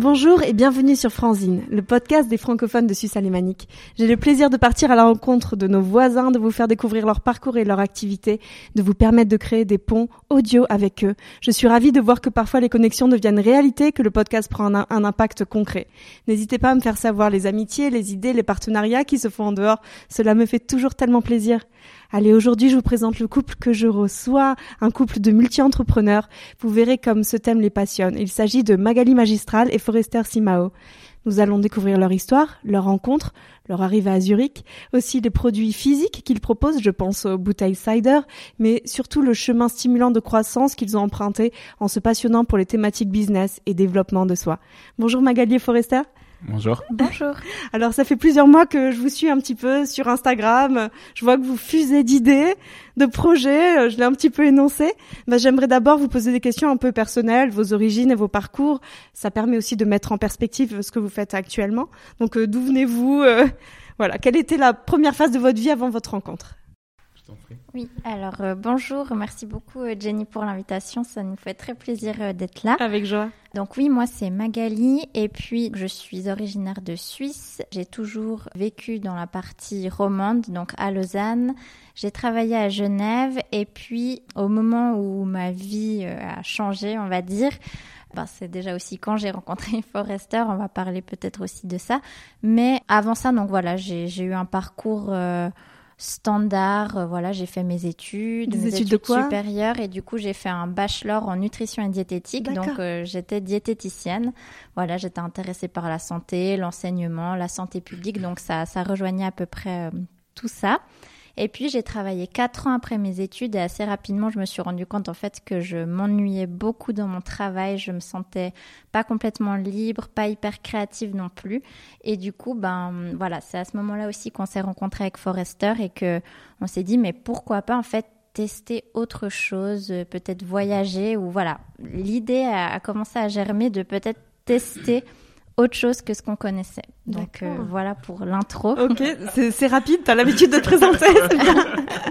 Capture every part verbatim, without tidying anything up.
Bonjour et bienvenue sur Franzine, le podcast des francophones de Suisse alémanique. J'ai le plaisir de partir à la rencontre de nos voisins, de vous faire découvrir leur parcours et leur activité, de vous permettre de créer des ponts audio avec eux. Je suis ravie de voir que parfois les connexions deviennent réalité, que le podcast prend un, un impact concret. N'hésitez pas à me faire savoir les amitiés, les idées, les partenariats qui se font en dehors. Cela me fait toujours tellement plaisir. Allez, aujourd'hui, je vous présente le couple que je reçois, un couple de multi-entrepreneurs. Vous verrez comme ce thème les passionne. Il s'agit de Magali Magistral et Forester Simao. Nous allons découvrir leur histoire, leur rencontre, leur arrivée à Zurich, aussi les produits physiques qu'ils proposent, je pense aux bouteilles cider, mais surtout le chemin stimulant de croissance qu'ils ont emprunté en se passionnant pour les thématiques business et développement de soi. Bonjour Magali et Forester. Bonjour. Bonjour. Alors, ça fait plusieurs mois que je vous suis un petit peu sur Instagram. Je vois que vous fusez d'idées, de projets. Je l'ai un petit peu énoncé. Ben, j'aimerais d'abord vous poser des questions un peu personnelles, vos origines et vos parcours. Ça permet aussi de mettre en perspective ce que vous faites actuellement. Donc, euh, d'où venez-vous euh, Voilà. Quelle était la première phase de votre vie avant votre rencontre ? Je t'en prie. Oui, alors euh, bonjour. Merci beaucoup euh, Jenny pour l'invitation. Ça nous fait très plaisir euh, d'être là. Avec joie. Donc oui, moi c'est Magali et puis je suis originaire de Suisse. J'ai toujours vécu dans la partie romande, donc à Lausanne. J'ai travaillé à Genève et puis au moment où ma vie a changé, on va dire, ben, c'est déjà aussi quand j'ai rencontré Forester, on va parler peut-être aussi de ça. Mais avant ça, donc voilà, j'ai, j'ai eu un parcours... Euh, standard, euh, voilà, j'ai fait mes études, Des mes études études de quoi supérieures et du coup j'ai fait un bachelor en nutrition et diététique. D'accord. Donc euh, j'étais diététicienne. Voilà, j'étais intéressée par la santé, l'enseignement, la santé publique, donc ça, ça rejoignait à peu près euh, tout ça. Et puis j'ai travaillé quatre ans après mes études et assez rapidement je me suis rendu compte en fait que je m'ennuyais beaucoup dans mon travail, je me sentais pas complètement libre, pas hyper créative non plus. Et du coup ben voilà, c'est à ce moment-là aussi qu'on s'est rencontrés avec Forester et que on s'est dit mais pourquoi pas en fait tester autre chose, peut-être voyager ou voilà, l'idée a, a commencé à germer de peut-être tester autre chose que ce qu'on connaissait. Donc euh, voilà pour l'intro. Ok, c'est, c'est rapide, t'as l'habitude de te présenter, c'est bien.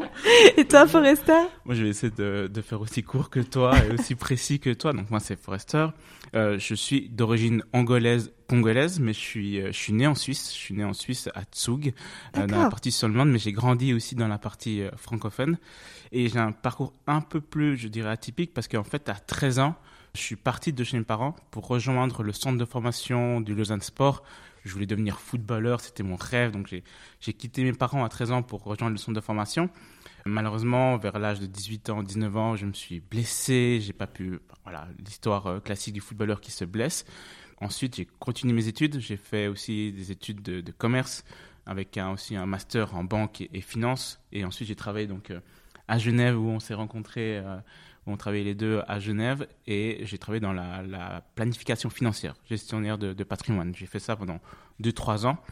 Et toi, Forester ? Moi, je vais essayer de, de faire aussi court que toi et aussi précis que toi. Donc moi, c'est Forester. Euh, je suis d'origine angolaise, congolaise, mais je suis, je suis né en Suisse. Je suis né en Suisse à Zug, euh, dans la partie Solmande, mais j'ai grandi aussi dans la partie euh, francophone. Et j'ai un parcours un peu plus, je dirais, atypique parce qu'en fait, à treize ans, je suis parti de chez mes parents pour rejoindre le centre de formation du Lausanne Sport. Je voulais devenir footballeur, c'était mon rêve. Donc j'ai, j'ai quitté mes parents à treize ans pour rejoindre le centre de formation. Malheureusement, vers l'âge de dix-huit ans, dix-neuf ans, je me suis blessé. J'ai pas pu, voilà, l'histoire classique du footballeur qui se blesse. Ensuite, j'ai continué mes études. J'ai fait aussi des études de, de commerce avec un, aussi un master en banque et, et finance. Et ensuite, j'ai travaillé donc à Genève où on s'est rencontrés. Euh, On travaillait les deux à Genève et j'ai travaillé dans la, la planification financière, gestionnaire de, de patrimoine. J'ai fait ça pendant deux trois ans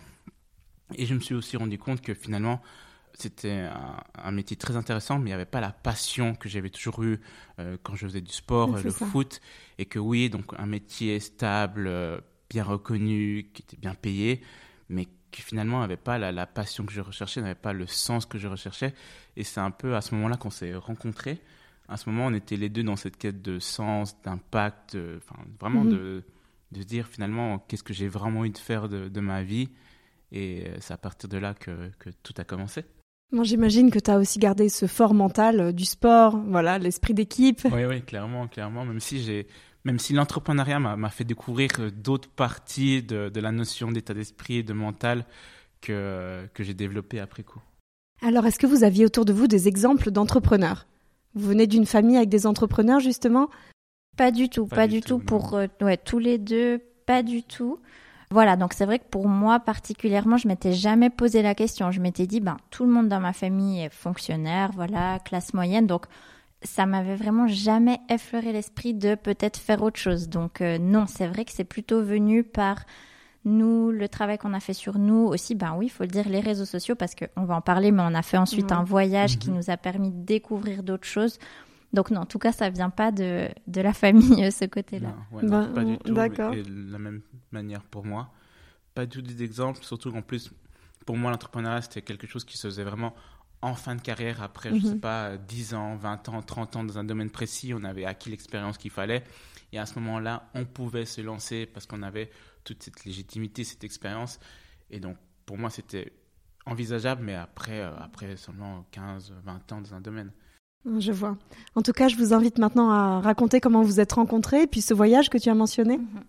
et je me suis aussi rendu compte que finalement, c'était un, un métier très intéressant, mais il n'y avait pas la passion que j'avais toujours eue euh, quand je faisais du sport, C'est le ça. foot. Et que oui, donc un métier stable, euh, bien reconnu, qui était bien payé, mais qui finalement n'avait pas la, la passion que je recherchais, n'avait pas le sens que je recherchais. Et c'est un peu à ce moment-là qu'on s'est rencontrés. À ce moment, on était les deux dans cette quête de sens, d'impact, euh, enfin, vraiment mm-hmm. de, de se dire finalement qu'est-ce que j'ai vraiment envie de faire de, de ma vie. Et c'est à partir de là que, que tout a commencé. Moi, j'imagine que tu as aussi gardé ce fort mental euh, du sport, voilà, l'esprit d'équipe. Oui, oui, clairement, clairement. Même si, j'ai, même si l'entrepreneuriat m'a, m'a fait découvrir d'autres parties de, de la notion d'état d'esprit et de mental que, que j'ai développé après coup. Alors, est-ce que vous aviez autour de vous des exemples d'entrepreneurs ? Vous venez d'une famille avec des entrepreneurs, justement ? Pas du tout, pas, pas du tout. tout pour euh, ouais, tous les deux, pas du tout. Voilà, donc c'est vrai que pour moi particulièrement, je m'étais jamais posé la question. Je m'étais dit, ben tout le monde dans ma famille est fonctionnaire, voilà, classe moyenne. Donc ça m'avait vraiment jamais effleuré l'esprit de peut-être faire autre chose. Donc euh, non, c'est vrai que c'est plutôt venu par nous, le travail qu'on a fait sur nous aussi, ben oui, il faut le dire, les réseaux sociaux, parce qu'on va en parler, mais on a fait ensuite mmh. un voyage mmh. qui nous a permis de découvrir d'autres choses. Donc non, en tout cas, ça vient pas de, de la famille, ce côté-là. Non, ouais, non, bah, pas du tout. D'accord. Et de la même manière pour moi. Pas du tout d'exemple, surtout qu'en plus, pour moi, l'entrepreneuriat, c'était quelque chose qui se faisait vraiment en fin de carrière, après, mm-hmm. je sais pas, dix ans, vingt ans, trente ans dans un domaine précis. On avait acquis l'expérience qu'il fallait. Et à ce moment-là, on pouvait se lancer parce qu'on avait toute cette légitimité, cette expérience. Et donc, pour moi, c'était envisageable, mais après, euh, après seulement quinze, vingt ans dans un domaine. Je vois. En tout cas, je vous invite maintenant à raconter comment vous êtes rencontrés, puis ce voyage que tu as mentionné. Mm-hmm.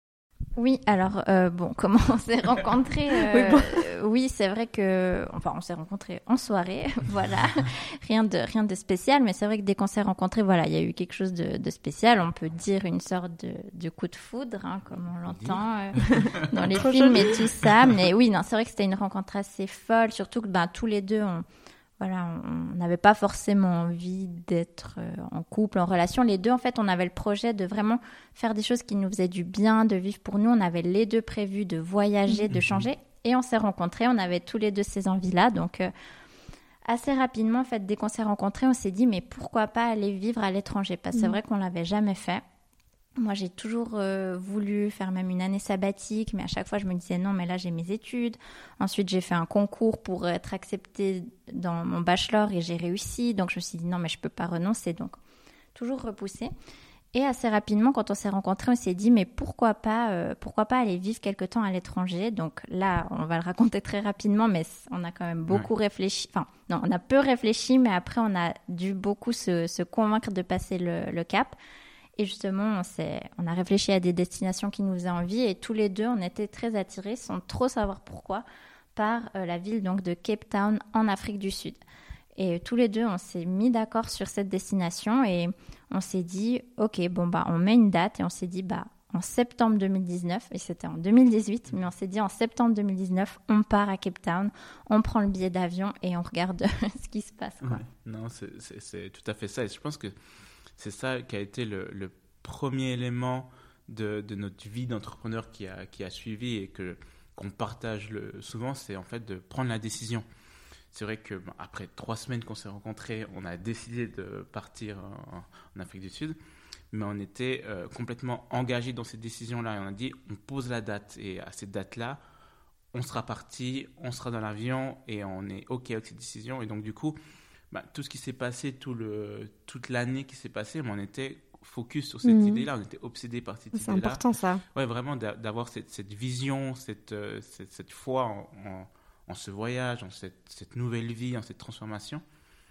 Oui, alors, euh, bon, comment on s'est rencontrés euh, Oui, bon. euh, oui, c'est vrai que, enfin, on s'est rencontrés en soirée, voilà, rien de rien de spécial, mais c'est vrai que dès qu'on s'est rencontrés, voilà, il y a eu quelque chose de, de spécial, on peut dire une sorte de, de coup de foudre, hein, comme on l'entend euh, dans les films et tout ça, mais oui, non, c'est vrai que c'était une rencontre assez folle, surtout que ben, tous les deux, on... Voilà, on n'avait pas forcément envie d'être en couple, en relation. Les deux, en fait, on avait le projet de vraiment faire des choses qui nous faisaient du bien, de vivre pour nous. On avait les deux prévu de voyager, de changer. Et on s'est rencontrés, on avait tous les deux ces envies-là. Donc, euh, assez rapidement, en fait, dès qu'on s'est rencontrés, on s'est dit, mais pourquoi pas aller vivre à l'étranger ? Parce que c'est vrai qu'on ne l'avait jamais fait. Moi, j'ai toujours euh, voulu faire même une année sabbatique, mais à chaque fois, je me disais non, mais là, j'ai mes études. Ensuite, j'ai fait un concours pour être acceptée dans mon bachelor et j'ai réussi. Donc, je me suis dit non, mais je ne peux pas renoncer. Donc, toujours repoussé. Et assez rapidement, quand on s'est rencontrés, on s'est dit mais pourquoi pas, euh, pourquoi pas aller vivre quelque temps à l'étranger ? Donc là, on va le raconter très rapidement, mais on a quand même beaucoup ouais. réfléchi. Enfin, non, on a peu réfléchi, mais après, on a dû beaucoup se, se convaincre de passer le, le cap. Et justement, on, s'est, on a réfléchi à des destinations qui nous faisaient envie et tous les deux, on était très attirés, sans trop savoir pourquoi, par euh, la ville donc, de Cape Town en Afrique du Sud. Et tous les deux, on s'est mis d'accord sur cette destination et on s'est dit, ok, bon, bah, on met une date et on s'est dit, bah, en septembre deux mille dix-neuf, et c'était en deux mille dix-huit, mais on s'est dit en septembre deux mille dix-neuf, on part à Cape Town, on prend le billet d'avion et on regarde ce qui se passe. Quoi. Ouais, non, c'est, c'est, c'est tout à fait ça. Et je pense que c'est ça qui a été le, le premier élément de, de notre vie d'entrepreneur qui a, qui a suivi et que, qu'on partage le, souvent, c'est en fait de prendre la décision. C'est vrai que bon, après trois semaines qu'on s'est rencontrés, on a décidé de partir en, en Afrique du Sud, mais on était euh, complètement engagés dans cette décision-là et on a dit on pose la date et à cette date-là, on sera parti, on sera dans l'avion et on est OK avec cette décision. Et donc du coup, bah, tout ce qui s'est passé, tout le, toute l'année qui s'est passée, on était focus sur cette mmh. idée-là, on était obsédés par cette c'est idée-là. C'est important ça. Ouais, vraiment d'avoir cette, cette vision, cette, cette, cette foi en, en, en ce voyage, en cette, cette nouvelle vie, en cette transformation.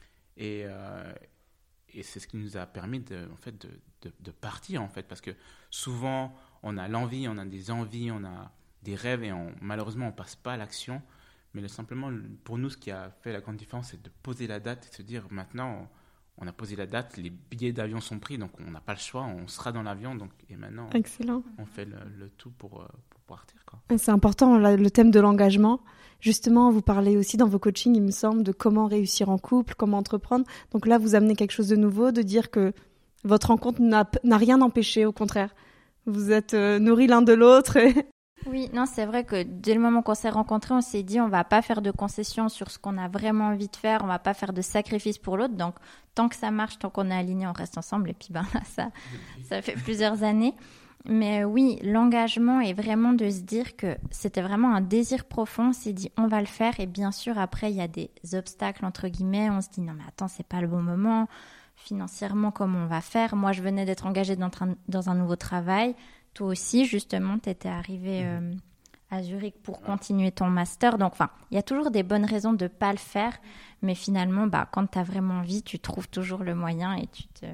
Et, euh, et c'est ce qui nous a permis de, en fait, de, de, de partir, en fait, parce que souvent, on a l'envie, on a des envies, on a des rêves et on, malheureusement, on ne passe pas à l'action. Mais le, simplement, pour nous, ce qui a fait la grande différence, c'est de poser la date et de se dire, maintenant, on, on a posé la date, les billets d'avion sont pris, donc on n'a pas le choix, on sera dans l'avion, donc, et maintenant, Excellent. on fait le, le tout pour, pour partir, quoi. C'est important, le thème de l'engagement. Justement, vous parlez aussi dans vos coachings, il me semble, de comment réussir en couple, comment entreprendre. Donc là, vous amenez quelque chose de nouveau, de dire que votre rencontre n'a, n'a rien empêché, au contraire. Vous êtes euh, nourris l'un de l'autre. Et... Oui, non, c'est vrai que dès le moment qu'on s'est rencontrés, on s'est dit on va pas faire de concessions sur ce qu'on a vraiment envie de faire, on va pas faire de sacrifices pour l'autre. Donc, tant que ça marche, tant qu'on est alignés, on reste ensemble. Et puis, ben là, ça, ça fait plusieurs années. Mais oui, l'engagement est vraiment de se dire que c'était vraiment un désir profond. On s'est dit, on va le faire. Et bien sûr, après, il y a des obstacles, entre guillemets. On se dit, non, mais attends, c'est pas le bon moment. Financièrement, comment on va faire ? Moi, je venais d'être engagée dans, dans un nouveau travail. Toi aussi, justement, tu étais arrivée euh, à Zurich pour continuer ton master. Donc, enfin, il y a toujours des bonnes raisons de ne pas le faire. Mais finalement, bah, quand tu as vraiment envie, tu trouves toujours le moyen et tu te...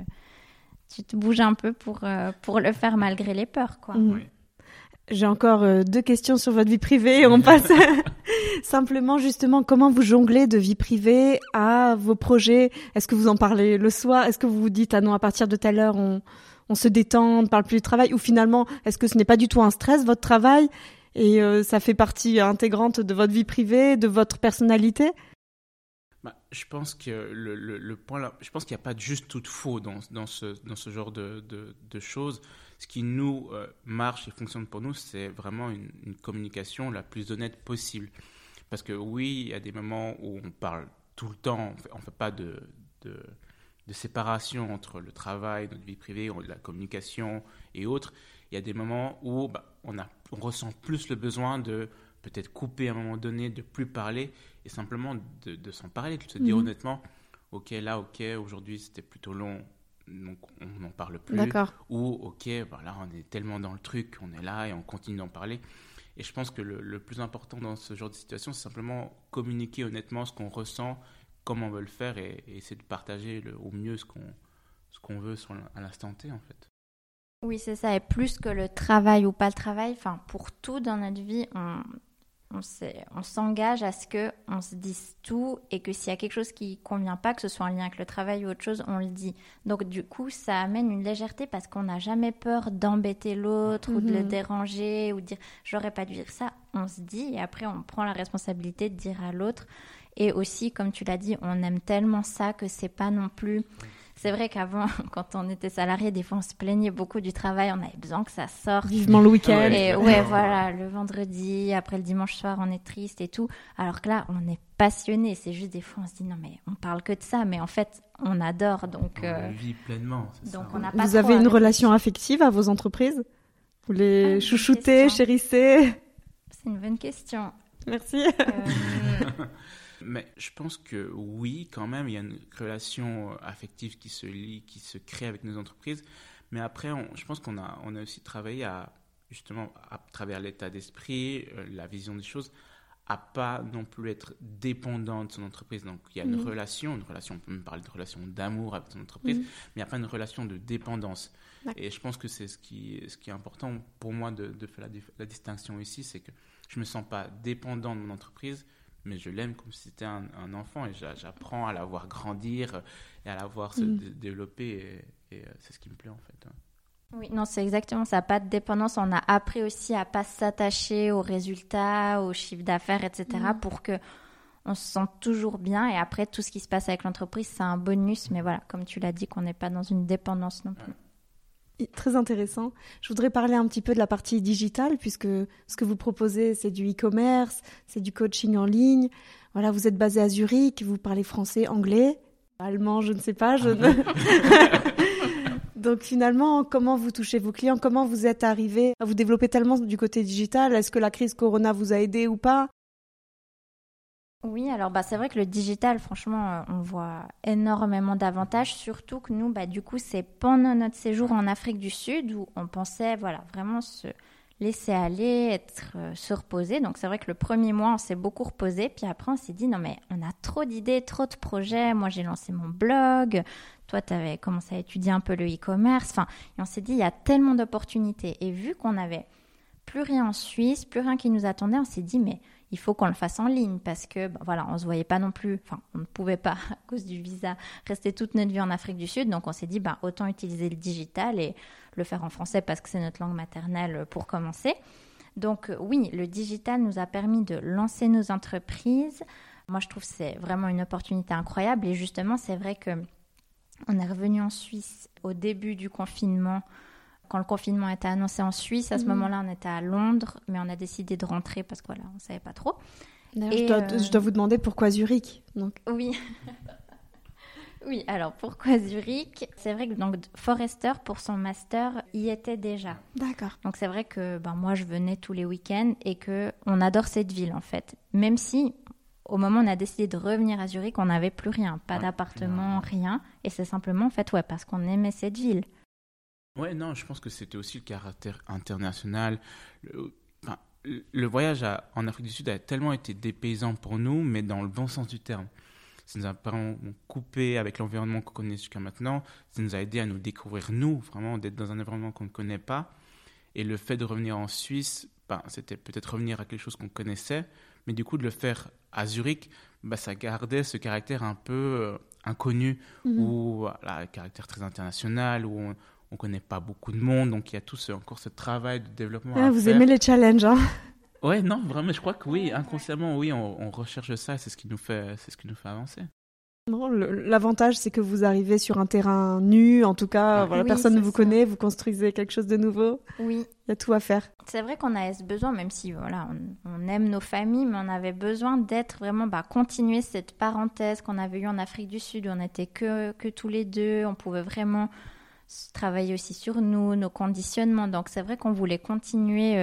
tu te bouges un peu pour, euh, pour le faire malgré les peurs, quoi. Mmh. Oui. J'ai encore euh, deux questions sur votre vie privée et on passe simplement justement comment vous jonglez de vie privée à vos projets. Est-ce que vous en parlez le soir ? Est-ce que vous vous dites ah non, à partir de telle heure on, on se détend, on ne parle plus du travail ? Ou finalement, est-ce que ce n'est pas du tout un stress votre travail et euh, ça fait partie intégrante de votre vie privée, de votre personnalité ? Bah, je pense que le, le, le point là, je pense qu'il n'y a pas de juste tout faux dans, dans, ce, dans ce genre de, de, de choses. Ce qui nous euh, marche et fonctionne pour nous, c'est vraiment une, une communication la plus honnête possible. Parce que oui, il y a des moments où on parle tout le temps, on ne fait pas de, de, de séparation entre le travail, notre vie privée, la communication et autres. Il y a des moments où bah, on, a, on ressent plus le besoin de peut-être couper à un moment donné, de plus parler et simplement de, de s'en parler, de se dire mmh. honnêtement, ok, là, ok, aujourd'hui c'était plutôt long donc on n'en parle plus. D'accord. Ou ok, bah là on est tellement dans le truc, on est là et on continue d'en parler. Et je pense que le, le plus important dans ce genre de situation, c'est simplement communiquer honnêtement ce qu'on ressent, comment on veut le faire et, et essayer de partager le, au mieux ce qu'on, ce qu'on veut sur, à l'instant T en fait. Oui, c'est ça. Et plus que le travail ou pas le travail, enfin, pour tout dans notre vie, on, on, on s'engage à ce qu'on se dise tout et que s'il y a quelque chose qui ne convient pas, que ce soit en lien avec le travail ou autre chose, on le dit. Donc, du coup, ça amène une légèreté parce qu'on n'a jamais peur d'embêter l'autre mm-hmm. ou de le déranger ou de dire « j'aurais pas dû dire ça ». On se dit et après, on prend la responsabilité de dire à l'autre. Et aussi, comme tu l'as dit, on aime tellement ça que c'est pas non plus... C'est vrai qu'avant, quand on était salarié, des fois on se plaignait beaucoup du travail, on avait besoin que ça sorte. Vivement le week-end. Et ouais, voilà, le vendredi, après le dimanche soir, on est triste et tout. Alors que là, on est passionné. C'est juste des fois, on se dit non mais on parle que de ça, mais en fait, on adore. Donc, on euh... le vit pleinement. C'est donc ça. On n'a pas. Vous avez une relation affective à vos entreprises ? Vous les ah, chouchoutez, chérissez ? C'est une bonne question. Merci. Euh... Mais je pense que oui, quand même, il y a une relation affective qui se lie, qui se crée avec nos entreprises. Mais après, on, je pense qu'on a, on a aussi travaillé à, justement, à travers l'état d'esprit, euh, la vision des choses, à pas non plus être dépendant de son entreprise. Donc, il y a une mmh. relation, une relation, on peut même parler de relation d'amour avec son entreprise, mmh. mais il n'y a pas une relation de dépendance. D'accord. Et je pense que c'est ce qui, ce qui est important pour moi de, de faire la, la distinction ici, c'est que je ne me sens pas dépendant de mon entreprise, mais je l'aime comme si c'était un, un enfant et j'apprends à la voir grandir et à la voir se mmh. d- développer et, et c'est ce qui me plaît en fait. Oui, non, c'est exactement ça, pas de dépendance. On a appris aussi à pas s'attacher aux résultats, aux chiffres d'affaires, et cetera mmh. pour que on se sente toujours bien et après tout ce qui se passe avec l'entreprise, c'est un bonus, mais voilà, comme tu l'as dit, qu'on n'est pas dans une dépendance non plus. Ouais. Très intéressant. Je voudrais parler un petit peu de la partie digitale, puisque ce que vous proposez, c'est du e-commerce, c'est du coaching en ligne. Voilà, vous êtes basé à Zurich, vous parlez français, anglais, allemand, je ne sais pas. Je ne... Donc finalement, comment vous touchez vos clients ? Comment vous êtes arrivé à vous développer tellement du côté digital ? Est-ce que la crise Corona vous a aidé ou pas ? Oui, alors bah, c'est vrai que le digital, franchement, on voit énormément d'avantages, surtout que nous, bah, du coup, c'est pendant notre séjour en Afrique du Sud où on pensait voilà, vraiment se laisser aller, être, euh, se reposer. Donc c'est vrai que le premier mois, on s'est beaucoup reposé, puis après, on s'est dit, non mais on a trop d'idées, trop de projets. Moi, j'ai lancé mon blog, toi, tu avais commencé à étudier un peu le e-commerce. Enfin, et on s'est dit, il y a tellement d'opportunités. Et vu qu'on n'avait plus rien en Suisse, plus rien qui nous attendait, on s'est dit, mais il faut qu'on le fasse en ligne parce que, ben voilà, on ne se voyait pas non plus, enfin, on ne pouvait pas, à cause du visa, rester toute notre vie en Afrique du Sud. Donc, on s'est dit, ben, autant utiliser le digital et le faire en français parce que c'est notre langue maternelle pour commencer. Donc, oui, le digital nous a permis de lancer nos entreprises. Moi, je trouve que c'est vraiment une opportunité incroyable. Et justement, c'est vrai qu'on est revenu en Suisse au début du confinement. Quand le confinement a été annoncé en Suisse, à ce mmh. moment-là, on était à Londres, mais on a décidé de rentrer parce que voilà, on ne savait pas trop. D'ailleurs, je dois, euh... je dois vous demander pourquoi Zurich donc. Oui. Oui, alors pourquoi Zurich ? C'est vrai que donc, Forrester, pour son master, y était déjà. D'accord. Donc c'est vrai que ben, moi, je venais tous les week-ends et qu'on adore cette ville, en fait. Même si, au moment où on a décidé de revenir à Zurich, on n'avait plus rien. Pas ouais, d'appartement, rien. Et c'est simplement, en fait, ouais, parce qu'on aimait cette ville. Ouais, non, je pense que c'était aussi le caractère international. Le, enfin, le voyage à, en Afrique du Sud a tellement été dépaysant pour nous, mais dans le bon sens du terme. Ça nous a vraiment coupé avec l'environnement qu'on connaît jusqu'à maintenant. Ça nous a aidé à nous découvrir, nous, vraiment, d'être dans un environnement qu'on ne connaît pas. Et le fait de revenir en Suisse, ben, c'était peut-être revenir à quelque chose qu'on connaissait, mais du coup, de le faire à Zurich, ben, ça gardait ce caractère un peu euh, inconnu, mmh. ou voilà, un caractère très international, où on on ne connaît pas beaucoup de monde, donc il y a tout ce, encore ce travail de développement ah, à vous faire. Aimez les challenges, hein ? Ouais, non, vraiment, je crois que oui, inconsciemment, oui, on, on recherche ça, et c'est ce qui nous fait, c'est ce qui nous fait avancer. Bon, le, l'avantage, c'est que vous arrivez sur un terrain nu, en tout cas, ah, voilà, oui, personne ne vous ça. connaît, vous construisez quelque chose de nouveau. Oui. Il y a tout à faire. C'est vrai qu'on a ce besoin, même si voilà, on, on aime nos familles, mais on avait besoin d'être vraiment, bah, continuer cette parenthèse qu'on avait eue en Afrique du Sud, où on n'était que, que tous les deux, on pouvait vraiment travailler aussi sur nous, nos conditionnements. Donc, c'est vrai qu'on voulait continuer euh,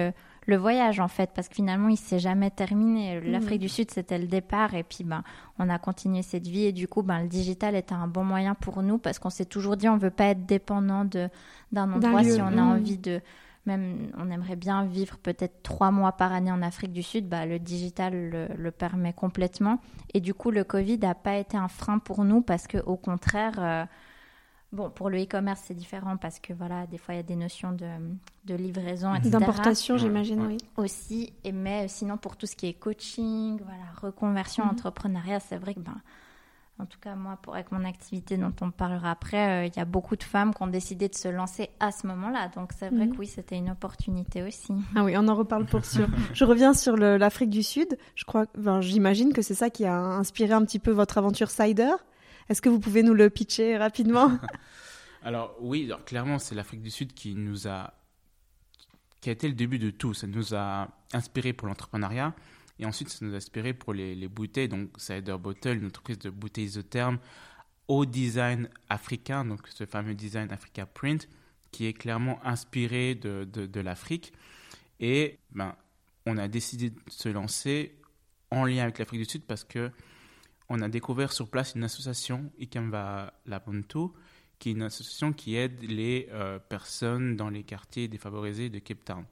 le voyage en fait, parce que finalement il s'est jamais terminé. L'Afrique mmh. du Sud c'était le départ et puis ben on a continué cette vie et du coup ben le digital était un bon moyen pour nous parce qu'on s'est toujours dit on veut pas être dépendant de d'un endroit d'un si on a mmh. envie de même on aimerait bien vivre peut-être trois mois par année en Afrique du Sud, bah le digital le, le permet complètement et du coup le Covid n'a pas été un frein pour nous parce que au contraire euh, bon, pour le e-commerce, c'est différent parce que voilà, des fois, il y a des notions de, de livraison, et cetera. D'importation, j'imagine, oui. Aussi, et mais sinon, pour tout ce qui est coaching, voilà, reconversion, mmh. entrepreneuriat, c'est vrai que, ben, en tout cas, moi, pour, avec mon activité dont on parlera après, il euh, y a beaucoup de femmes qui ont décidé de se lancer à ce moment-là. Donc, c'est vrai mmh. que oui, c'était une opportunité aussi. Ah oui, on en reparle pour sûr. Je reviens sur le, l'Afrique du Sud. Je crois, ben, j'imagine que c'est ça qui a inspiré un petit peu votre aventure Cider. Est-ce que vous pouvez nous le pitcher rapidement ? Alors oui, alors, clairement, c'est l'Afrique du Sud qui nous a, qui a été le début de tout. Ça nous a inspiré pour l'entrepreneuriat et ensuite ça nous a inspiré pour les, les bouteilles. Donc Cider Bottle, une entreprise de bouteilles isothermes au design africain, donc ce fameux design Africa Print, qui est clairement inspiré de, de, de l'Afrique. Et ben, on a décidé de se lancer en lien avec l'Afrique du Sud parce que on a découvert sur place une association, Ikemba Labuntu, qui est une association qui aide les euh, personnes dans les quartiers défavorisés de Cape Town.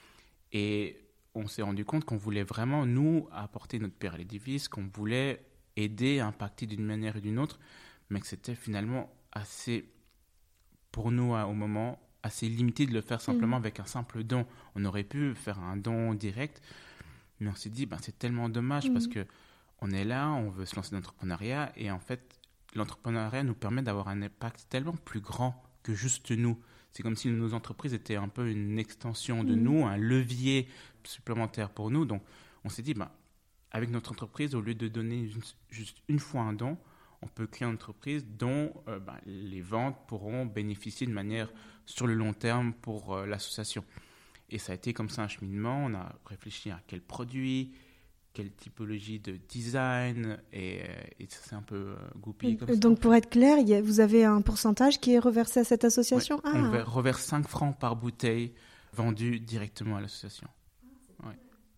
Et on s'est rendu compte qu'on voulait vraiment, nous, apporter notre pierre à l'édifice, qu'on voulait aider, impacter d'une manière et d'une autre, mais que c'était finalement assez, pour nous, au moment, assez limité de le faire simplement mmh. avec un simple don. On aurait pu faire un don direct, mais on s'est dit, ben, c'est tellement dommage mmh. parce que on est là, on veut se lancer dans l'entrepreneuriat et en fait, l'entrepreneuriat nous permet d'avoir un impact tellement plus grand que juste nous. C'est comme si nos entreprises étaient un peu une extension de mmh. nous, un levier supplémentaire pour nous. Donc, on s'est dit, bah, avec notre entreprise, au lieu de donner juste une fois un don, on peut créer une entreprise dont euh, bah, les ventes pourront bénéficier de manière sur le long terme pour euh, l'association. Et ça a été comme ça un cheminement. On a réfléchi à quel produit, quelle typologie de design, et, et ça s'est un peu euh, goupillé comme Donc, ça. Donc, pour être clair, y a, vous avez un pourcentage qui est reversé à cette association ? Ouais, ah. On reverse cinq francs par bouteille vendue directement à l'association. Ouais.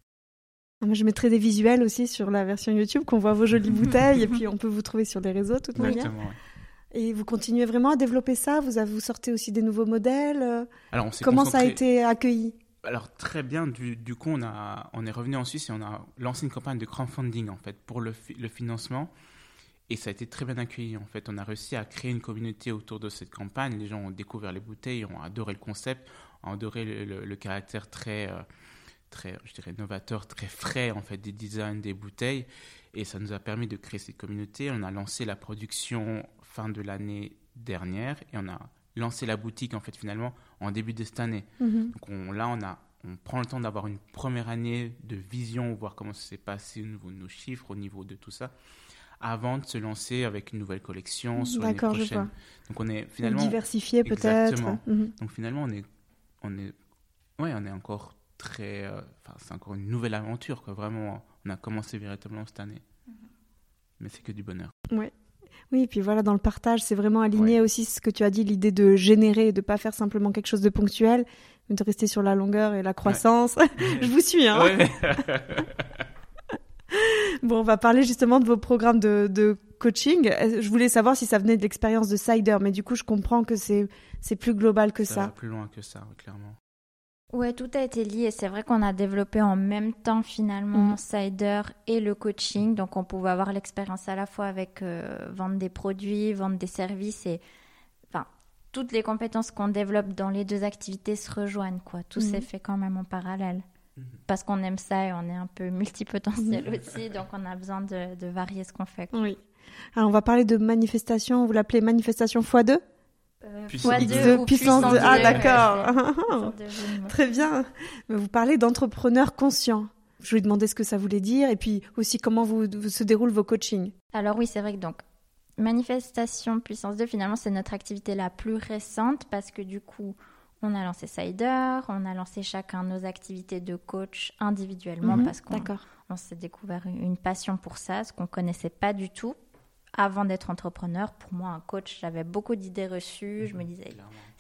Ah, je mettrai des visuels aussi sur la version YouTube, qu'on voit vos jolies bouteilles, et puis on peut vous trouver sur les réseaux de toute manière. Exactement, ouais. Et vous continuez vraiment à développer ça ? Vous, avez, vous sortez aussi des nouveaux modèles ? Alors, on s'est Comment concentré... ça a été accueilli ? Alors très bien, du, du coup on, a, on est revenu en Suisse et on a lancé une campagne de crowdfunding en fait pour le, fi, le financement et ça a été très bien accueilli en fait. On a réussi à créer une communauté autour de cette campagne, les gens ont découvert les bouteilles, ont adoré le concept, ont adoré le, le, le caractère très, euh, très, je dirais novateur, très frais en fait des designs des bouteilles et ça nous a permis de créer cette communauté. On a lancé la production fin de l'année dernière et on a lancer la boutique en fait finalement en début de cette année. Mmh. Donc on, là on a on prend le temps d'avoir une première année de vision, voir comment ça s'est passé au niveau de nos chiffres, au niveau de tout ça, avant de se lancer avec une nouvelle collection sur l'année prochaine. Je vois. Donc on est finalement diversifié peut-être. Exactement. Mmh. Donc finalement on est on est ouais on est encore très enfin euh, c'est encore une nouvelle aventure quoi. Vraiment on a commencé véritablement cette année. Mmh. Mais c'est que du bonheur. Ouais. Oui, et puis voilà, dans le partage, c'est vraiment aligné ouais. aussi ce que tu as dit, l'idée de générer, de ne pas faire simplement quelque chose de ponctuel, mais de rester sur la longueur et la croissance. Ouais. Je vous suis, hein. Ouais. Bon, on va parler justement de vos programmes de, de coaching. Je voulais savoir si ça venait de l'expérience de Cider, mais du coup, je comprends que c'est, c'est plus global que ça. Ça va plus loin que ça, clairement. Ouais, tout a été lié. C'est vrai qu'on a développé en même temps finalement mmh. Cider et le coaching. Donc on pouvait avoir l'expérience à la fois avec euh, vendre des produits, vendre des services et enfin toutes les compétences qu'on développe dans les deux activités se rejoignent quoi. Tout mmh. s'est fait quand même en parallèle. Mmh. Parce qu'on aime ça et on est un peu multipotentiel mmh. aussi, donc on a besoin de, de varier ce qu'on fait. Quoi. Oui. Alors on va parler de manifestation. Vous l'appelez manifestation fois deux ? Euh, puissance deux ou puissance de... Ah, d'accord. Ouais, très bien. Vous parlez d'entrepreneurs conscients. Je voulais demander ce que ça voulait dire et puis aussi comment vous, vous se déroulent vos coachings. Alors oui, c'est vrai que donc, manifestation puissance deux, finalement, c'est notre activité la plus récente parce que du coup, on a lancé Cider, on a lancé chacun nos activités de coach individuellement mmh, parce qu'on on s'est découvert une passion pour ça, ce qu'on ne connaissait pas du tout. Avant d'être entrepreneur, pour moi, un coach, j'avais beaucoup d'idées reçues. Mmh, je me disais, clairement.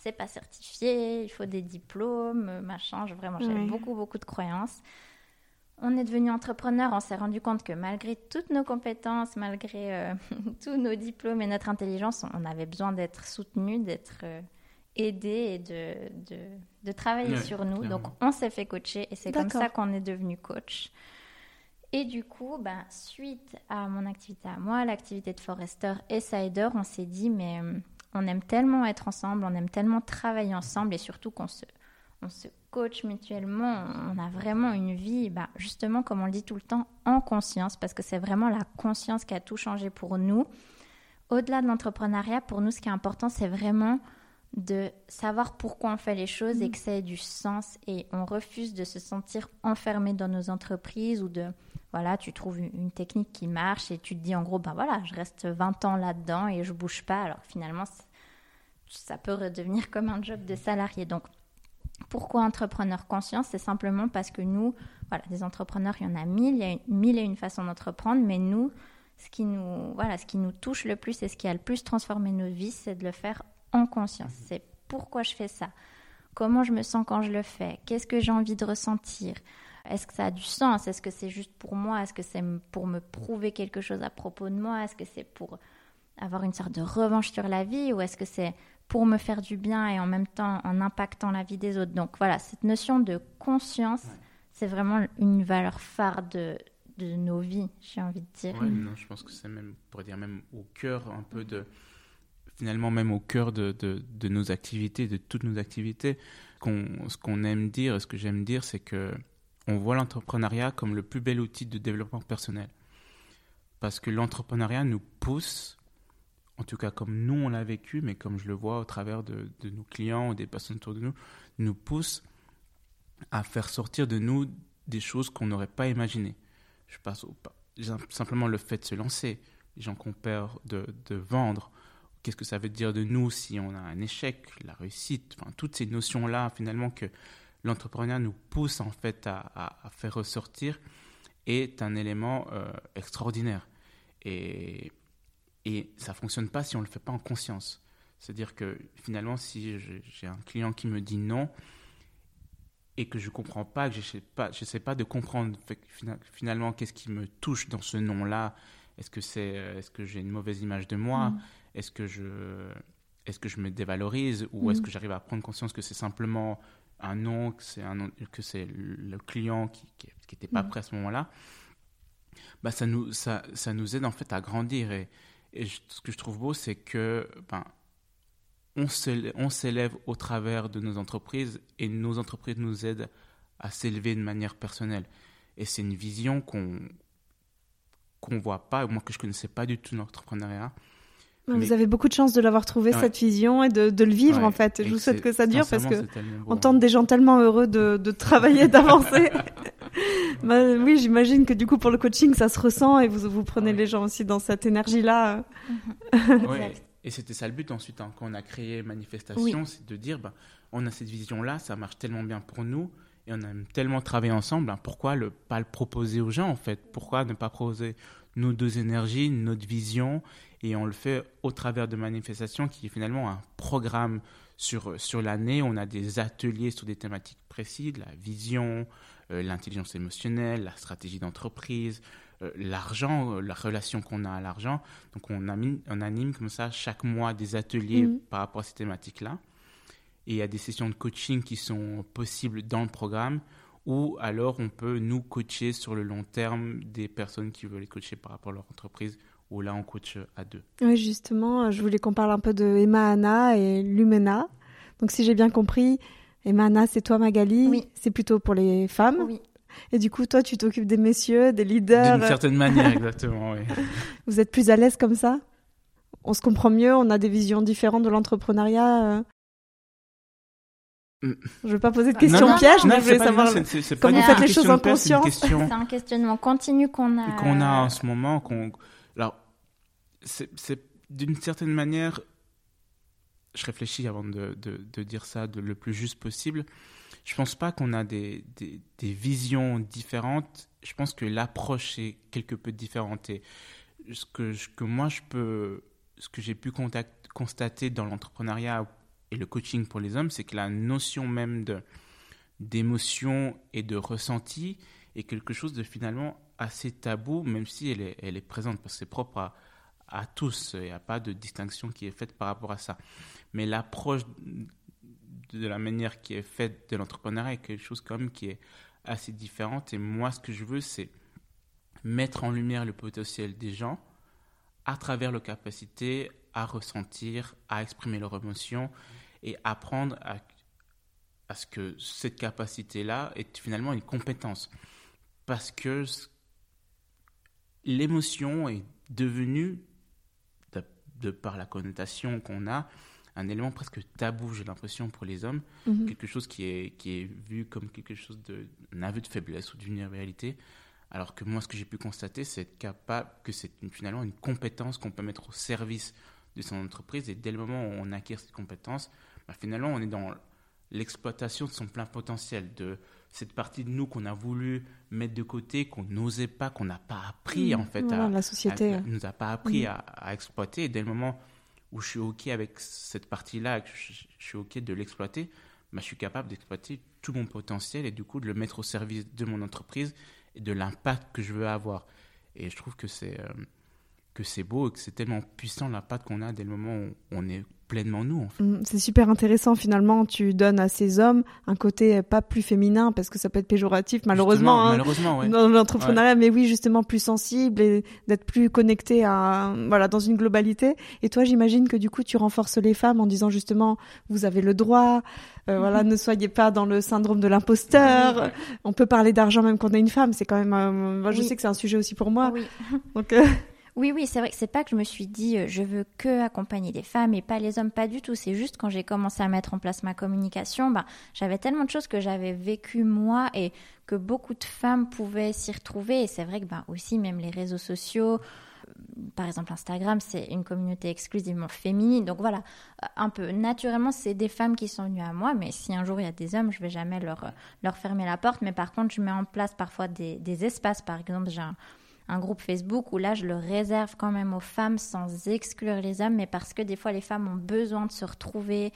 c'est pas certifié, il faut des diplômes, machin. Je, vraiment, j'avais Oui. beaucoup, beaucoup de croyances. On est devenu entrepreneur, on s'est rendu compte que malgré toutes nos compétences, malgré euh, tous nos diplômes et notre intelligence, on avait besoin d'être soutenu, d'être euh, aidé et de, de, de travailler Ouais, sur nous. clairement. Donc, on s'est fait coacher et c'est comme D'accord. ça qu'on est devenu coach. Et du coup, ben, suite à mon activité à moi, l'activité de Forester et Sider, on s'est dit, mais euh, on aime tellement être ensemble, on aime tellement travailler ensemble et surtout qu'on se, on se coach mutuellement, on a vraiment une vie, ben, justement, comme on le dit tout le temps, en conscience, parce que c'est vraiment la conscience qui a tout changé pour nous. Au-delà de l'entrepreneuriat, pour nous, ce qui est important, c'est vraiment de savoir pourquoi on fait les choses Mmh. et que ça ait du sens. Et on refuse de se sentir enfermé dans nos entreprises ou de, voilà, tu trouves une, une technique qui marche et tu te dis en gros, ben voilà, je reste vingt ans là-dedans et je bouge pas. Alors finalement, ça peut redevenir comme un job de salarié. Donc, pourquoi entrepreneur conscient? C'est simplement parce que nous, voilà, des entrepreneurs, il y en a mille, il y a une, mille et une façons d'entreprendre, mais nous, ce qui nous, voilà, ce qui nous touche le plus et ce qui a le plus transformé nos vies, c'est de le faire en conscience. C'est pourquoi je fais ça, comment je me sens quand je le fais, qu'est-ce que j'ai envie de ressentir, est-ce que ça a du sens, est-ce que c'est juste pour moi, est-ce que c'est pour me prouver quelque chose à propos de moi, est-ce que c'est pour avoir une sorte de revanche sur la vie ou est-ce que c'est pour me faire du bien et en même temps en impactant la vie des autres. Donc voilà, cette notion de conscience, ouais. c'est vraiment une valeur phare de, de nos vies, j'ai envie de dire. Ouais, non, je pense que c'est même, on pourrait dire même au cœur un peu de, finalement même au cœur de, de, de nos activités, de toutes nos activités. Qu'on, ce qu'on aime dire, ce que j'aime dire, c'est que on voit l'entrepreneuriat comme le plus bel outil de développement personnel. Parce que l'entrepreneuriat nous pousse, en tout cas comme nous on l'a vécu, mais comme je le vois au travers de, de nos clients ou des personnes autour de nous, nous pousse à faire sortir de nous des choses qu'on n'aurait pas imaginées. Je passe au, simplement le fait de se lancer, les gens qu'on perd de, de vendre, qu'est-ce que ça veut dire de nous si on a un échec, la réussite, enfin, toutes ces notions-là finalement que l'entrepreneuriat nous pousse en fait à, à, à faire ressortir est un élément euh, extraordinaire. Et Et ça ne fonctionne pas si on ne le fait pas en conscience. C'est-à-dire que finalement, si j'ai un client qui me dit non et que je ne comprends pas, que je n'essaie pas, pas de comprendre finalement qu'est-ce qui me touche dans ce non-là, est-ce que, c'est, est-ce que j'ai une mauvaise image de moi, mmh. est-ce, que je, est-ce que je me dévalorise ou mmh. est-ce que j'arrive à prendre conscience que c'est simplement un non, que c'est, un non, que c'est le client qui n'était pas mmh. prêt à ce moment-là, bah ça, nous, ça, ça nous aide en fait à grandir. Et, Et je, ce que je trouve beau, c'est que ben, on, s'élève, on s'élève au travers de nos entreprises et nos entreprises nous aident à s'élever de manière personnelle. Et c'est une vision qu'on qu'on voit pas, moi que je connaissais pas du tout l'entrepreneuriat. Vous Mais... avez beaucoup de chance de l'avoir trouvé, ouais. cette vision, et de, de le vivre ouais. en fait. Je vous souhaite que ça dure parce que on tente des gens tellement heureux de, de travailler, d'avancer. Bah, oui, j'imagine que du coup pour le coaching ça se ressent et vous, vous prenez ouais. les gens aussi dans cette énergie-là. Ouais. Et c'était ça le but ensuite hein, quand on a créé Manifestation, oui. c'est de dire bah, on a cette vision-là, ça marche tellement bien pour nous et on a tellement travaillé ensemble, hein, pourquoi ne pas le proposer aux gens en fait? Pourquoi ne pas proposer nos deux énergies, notre vision? Et on le fait au travers de Manifestation qui est finalement un programme sur, sur l'année. On a des ateliers sur des thématiques précises, la vision, euh, l'intelligence émotionnelle, la stratégie d'entreprise, euh, l'argent, euh, la relation qu'on a à l'argent. Donc on, anime, on anime comme ça chaque mois des ateliers mmh. par rapport à ces thématiques-là. Et il y a des sessions de coaching qui sont possibles dans le programme ou alors on peut nous coacher sur le long terme des personnes qui veulent les coacher par rapport à leur entreprise. Où là, on coach à deux. Oui, justement, je voulais qu'on parle un peu de Emma Anna et Lumena. Donc, si j'ai bien compris, Emma Anna, c'est toi, Magali. Oui. C'est plutôt pour les femmes. Oui. Et du coup, toi, tu t'occupes des messieurs, des leaders. D'une certaine manière, exactement, oui. Vous êtes plus à l'aise comme ça? On se comprend mieux, on a des visions différentes de l'entrepreneuriat. Je ne veux pas poser de questions non, pièges, non, mais je voulais savoir c'est, c'est, c'est comment vous faites les choses en conscience. C'est, question... c'est un questionnement continu qu'on a. Qu'on a en ce moment. Qu'on... Alors, c'est, c'est d'une certaine manière, je réfléchis avant de, de, de dire ça de le plus juste possible. Je ne pense pas qu'on a des, des, des visions différentes. Je pense que l'approche est quelque peu différente. Et ce que, que moi, je peux, ce que j'ai pu contact, constater dans l'entrepreneuriat et le coaching pour les hommes, c'est que la notion même de, d'émotion et de ressenti est quelque chose de finalement assez tabou, même si elle est, elle est présente, parce que c'est propre à, à tous. Il n'y a pas de distinction qui est faite par rapport à ça. Mais l'approche de la manière qui est faite de l'entrepreneuriat est quelque chose quand même qui est assez différente. Et moi, ce que je veux, c'est mettre en lumière le potentiel des gens à travers leur capacité à ressentir, à exprimer leurs émotions et apprendre à, à ce que cette capacité-là est finalement une compétence. Parce que l'émotion est devenue, de, de par la connotation qu'on a, un élément presque tabou, j'ai l'impression, pour les hommes. Mm-hmm. Quelque chose qui est, qui est vu comme quelque chose de, un aveu de faiblesse ou d'une réalité. Alors que moi, ce que j'ai pu constater, c'est être capable, que c'est une, finalement une compétence qu'on peut mettre au service de son entreprise. Et dès le moment où on acquiert cette compétence, bah, finalement, on est dans l'exploitation de son plein potentiel, de cette partie de nous qu'on a voulu mettre de côté, qu'on n'osait pas, qu'on n'a pas appris, mmh, en fait. Voilà, à, la société. À, nous a pas appris mmh. à, à exploiter. Et dès le moment où je suis OK avec cette partie-là, que je, je suis OK de l'exploiter, bah, je suis capable d'exploiter tout mon potentiel et du coup de le mettre au service de mon entreprise et de l'impact que je veux avoir. Et je trouve que c'est, euh, que c'est beau et que c'est tellement puissant l'impact qu'on a dès le moment où on est pleinement nous, en fait. C'est super intéressant, finalement. Tu donnes à ces hommes un côté pas plus féminin, parce que ça peut être péjoratif, malheureusement, hein, malheureusement ouais. dans l'entrepreneuriat, ouais. Mais oui, justement, plus sensible et d'être plus connecté à, voilà, dans une globalité. Et toi, j'imagine que du coup, tu renforces les femmes en disant justement, vous avez le droit, euh, mm-hmm. voilà, ne soyez pas dans le syndrome de l'imposteur. Oui, ouais. On peut parler d'argent même quand on est une femme. C'est quand même, euh, moi, je oui. sais que c'est un sujet aussi pour moi. Oui. Donc, euh... Oui, oui, c'est vrai que c'est pas que je me suis dit euh, je veux que accompagner les femmes et pas les hommes, pas du tout. C'est juste quand j'ai commencé à mettre en place ma communication, ben, j'avais tellement de choses que j'avais vécues moi et que beaucoup de femmes pouvaient s'y retrouver. Et c'est vrai que ben, aussi, même les réseaux sociaux, euh, par exemple Instagram, c'est une communauté exclusivement féminine. Donc voilà, un peu naturellement, c'est des femmes qui sont venues à moi. Mais si un jour il y a des hommes, je vais jamais leur, leur fermer la porte. Mais par contre, je mets en place parfois des, des espaces. Par exemple, j'ai un un groupe Facebook où là, je le réserve quand même aux femmes sans exclure les hommes, mais parce que des fois, les femmes ont besoin de se retrouver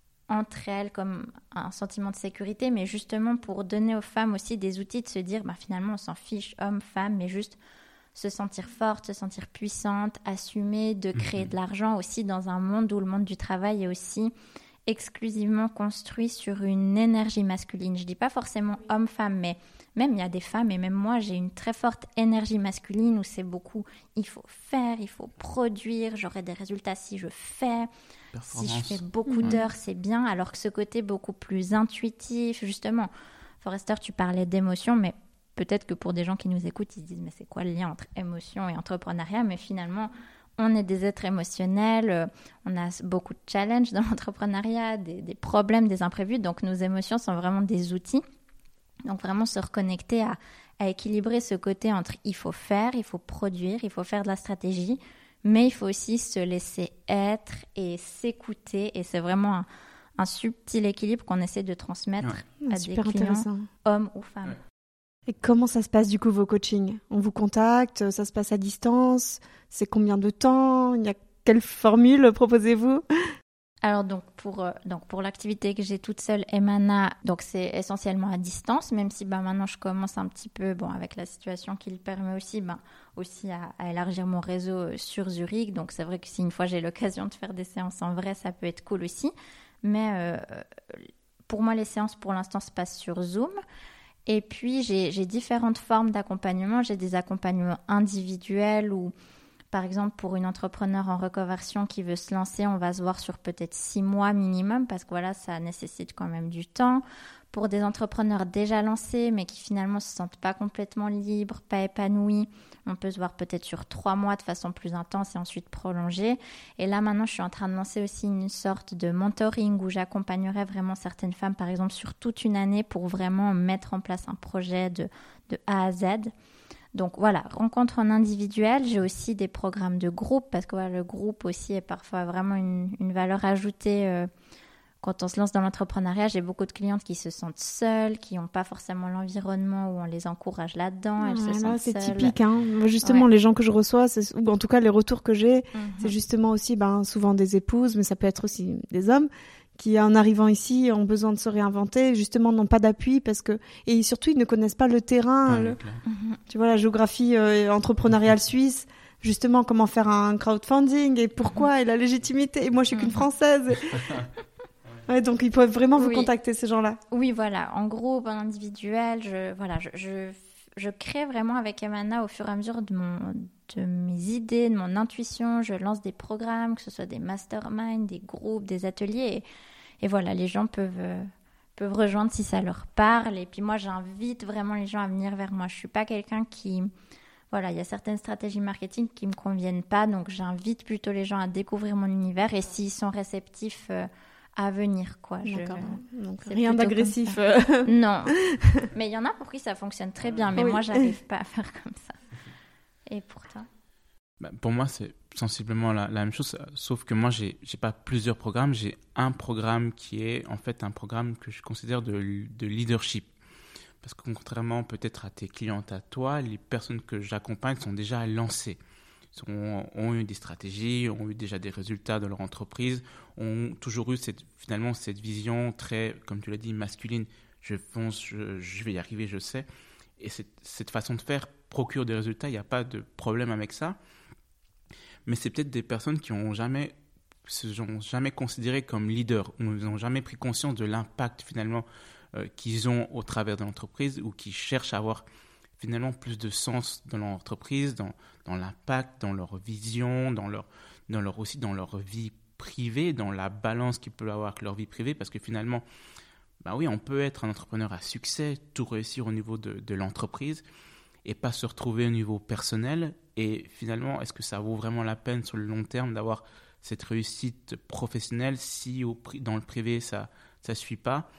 entre elles comme un sentiment de sécurité, mais justement pour donner aux femmes aussi des outils de se dire, bah, finalement, on s'en fiche, homme, femme, mais juste se sentir forte, se sentir puissante, assumer, de créer de l'argent aussi dans un monde où le monde du travail est aussi exclusivement construit sur une énergie masculine. Je dis pas forcément homme-femme, mais même il y a des femmes, et même moi, j'ai une très forte énergie masculine où c'est beaucoup, il faut faire, il faut produire, j'aurai des résultats si je fais, si je fais beaucoup mmh. d'heures, c'est bien, alors que ce côté beaucoup plus intuitif, justement, Forrester, tu parlais d'émotion, mais peut-être que pour des gens qui nous écoutent, ils se disent, mais c'est quoi le lien entre émotion et entrepreneuriat? Mais finalement, on est des êtres émotionnels, on a beaucoup de challenges dans l'entrepreneuriat, des, des problèmes, des imprévus, donc nos émotions sont vraiment des outils. Donc vraiment se reconnecter à, à équilibrer ce côté entre il faut faire, il faut produire, il faut faire de la stratégie, mais il faut aussi se laisser être et s'écouter. Et c'est vraiment un, un subtil équilibre qu'on essaie de transmettre ouais. à Super des clients, hommes ou femmes. Ouais. Et comment ça se passe du coup vos coachings? On vous contacte, ça se passe à distance? C'est combien de temps? Il y a quelle formule proposez-vous? Alors donc pour euh, donc pour l'activité que j'ai toute seule, Emana, donc c'est essentiellement à distance, même si ben maintenant je commence un petit peu, bon avec la situation qui le permet aussi, ben aussi à, à élargir mon réseau sur Zurich. Donc c'est vrai que si une fois j'ai l'occasion de faire des séances en vrai, ça peut être cool aussi. Mais euh, pour moi les séances pour l'instant se passent sur Zoom. Et puis j'ai j'ai différentes formes d'accompagnement. J'ai des accompagnements individuels ou par exemple, pour une entrepreneur en reconversion qui veut se lancer, on va se voir sur peut-être six mois minimum parce que voilà, ça nécessite quand même du temps. Pour des entrepreneurs déjà lancés, mais qui finalement ne se sentent pas complètement libres, pas épanouis, on peut se voir peut-être sur trois mois de façon plus intense et ensuite prolonger. Et là, maintenant, je suis en train de lancer aussi une sorte de mentoring où j'accompagnerai vraiment certaines femmes, par exemple, sur toute une année pour vraiment mettre en place un projet de, de A à Z. Donc voilà, rencontre en individuel. J'ai aussi des programmes de groupe parce que voilà, le groupe aussi est parfois vraiment une, une valeur ajoutée euh, quand on se lance dans l'entrepreneuriat. J'ai beaucoup de clientes qui se sentent seules, qui n'ont pas forcément l'environnement où on les encourage là-dedans. Elles ah, se là, sentent c'est seules. Typique. Hein. Moi, justement, ouais. Les gens que je reçois, c'est, ou en tout cas les retours que j'ai, mm-hmm. c'est justement aussi ben, souvent des épouses, mais ça peut être aussi des hommes qui, en arrivant ici, ont besoin de se réinventer, justement, n'ont pas d'appui parce que, et surtout, ils ne connaissent pas le terrain, Ouais, le- clair. tu vois, la géographie euh, entrepreneuriale suisse, justement, comment faire un crowdfunding et pourquoi et la légitimité. Et moi, je suis qu'une Française. Ouais, donc, ils peuvent vraiment vous Oui. contacter, ces gens-là. Oui, voilà. En gros, en individuel, je, voilà, je, je, je crée vraiment avec Emana au fur et à mesure de, mon, de mes idées, de mon intuition. Je lance des programmes, que ce soit des masterminds, des groupes, des ateliers. Et, et voilà, les gens peuvent, euh, peuvent rejoindre si ça leur parle. Et puis moi, j'invite vraiment les gens à venir vers moi. Je ne suis pas quelqu'un qui... Voilà, il y a certaines stratégies marketing qui ne me conviennent pas. Donc, j'invite plutôt les gens à découvrir mon univers. Et s'ils sont réceptifs... Euh, à venir, quoi. Je- D'accord. Donc, c'est rien plutôt d'agressif. comme euh. Non. Mais il y en a pour qui ça fonctionne très bien, mais Oui. moi, j'arrive pas à faire comme ça. Et pourtant. Bah, pour moi, c'est sensiblement la, la même chose, sauf que moi, j'ai j'ai pas plusieurs programmes. J'ai un programme qui est en fait un programme que je considère de, de leadership. Parce que contrairement peut-être à tes clientes, à toi, les personnes que j'accompagne sont déjà lancées. Ont, ont eu des stratégies, ont eu déjà des résultats dans leur entreprise, ont toujours eu cette, finalement cette vision très, comme tu l'as dit, masculine. Je fonce, je, je vais y arriver, je sais. Et cette, cette façon de faire procure des résultats, il n'y a pas de problème avec ça. Mais c'est peut-être des personnes qui n'ont jamais, se sont jamais considérées comme leaders, ou n'ont jamais pris conscience de l'impact finalement euh, qu'ils ont au travers de l'entreprise, ou qui cherchent à avoir finalement plus de sens dans leur entreprise, dans, dans l'impact, dans leur vision, dans leur, dans leur, aussi dans leur vie privée, dans la balance qu'ils peuvent avoir avec leur vie privée, parce que finalement, bah oui, on peut être un entrepreneur à succès, tout réussir au niveau de, de l'entreprise et pas se retrouver au niveau personnel. Et finalement, est-ce que ça vaut vraiment la peine sur le long terme d'avoir cette réussite professionnelle si au, dans le privé, ça ne suit pas?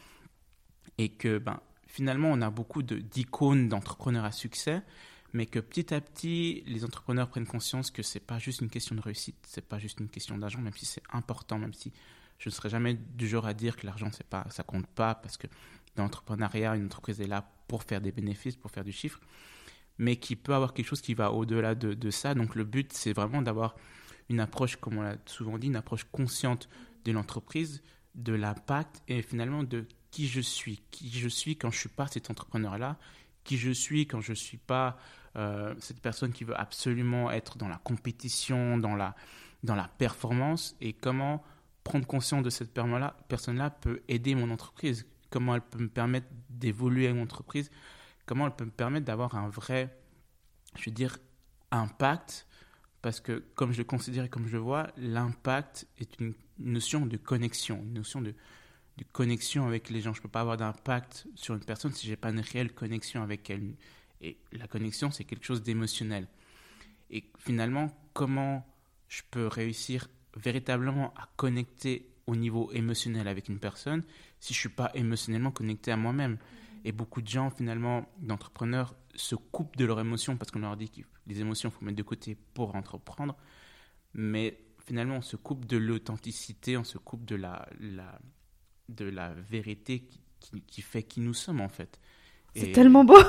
Et que ben, finalement, on a beaucoup de, d'icônes d'entrepreneurs à succès, mais que petit à petit, les entrepreneurs prennent conscience que ce n'est pas juste une question de réussite, ce n'est pas juste une question d'argent, même si c'est important, même si je ne serai jamais du genre à dire que l'argent, c'est pas, ça ne compte pas, parce que dans l'entrepreneuriat, une entreprise est là pour faire des bénéfices, pour faire du chiffre, mais qui peut avoir quelque chose qui va au-delà de, de ça. Donc le but, c'est vraiment d'avoir une approche, comme on l'a souvent dit, une approche consciente de l'entreprise, de l'impact et finalement de qui je suis, qui je suis quand je ne suis pas cet entrepreneur-là, qui je suis quand je ne suis pas euh, cette personne qui veut absolument être dans la compétition, dans la, dans la performance, et comment prendre conscience de cette personne-là peut aider mon entreprise, comment elle peut me permettre d'évoluer avec mon entreprise, comment elle peut me permettre d'avoir un vrai, je veux dire, impact, parce que comme je le considère et comme je le vois, l'impact est une notion de connexion, une notion de, de connexion avec les gens. Je ne peux pas avoir d'impact sur une personne si je n'ai pas une réelle connexion avec elle. Et la connexion, c'est quelque chose d'émotionnel. Et finalement, comment je peux réussir véritablement à connecter au niveau émotionnel avec une personne si je ne suis pas émotionnellement connecté à moi-même? Et beaucoup de gens, finalement, d'entrepreneurs, se coupent de leurs émotions parce qu'on leur dit que les émotions, il faut mettre de côté pour entreprendre. Mais finalement, on se coupe de l'authenticité, on se coupe de la, la, de la vérité qui, qui, qui fait qui nous sommes, en fait. C'est et... tellement beau.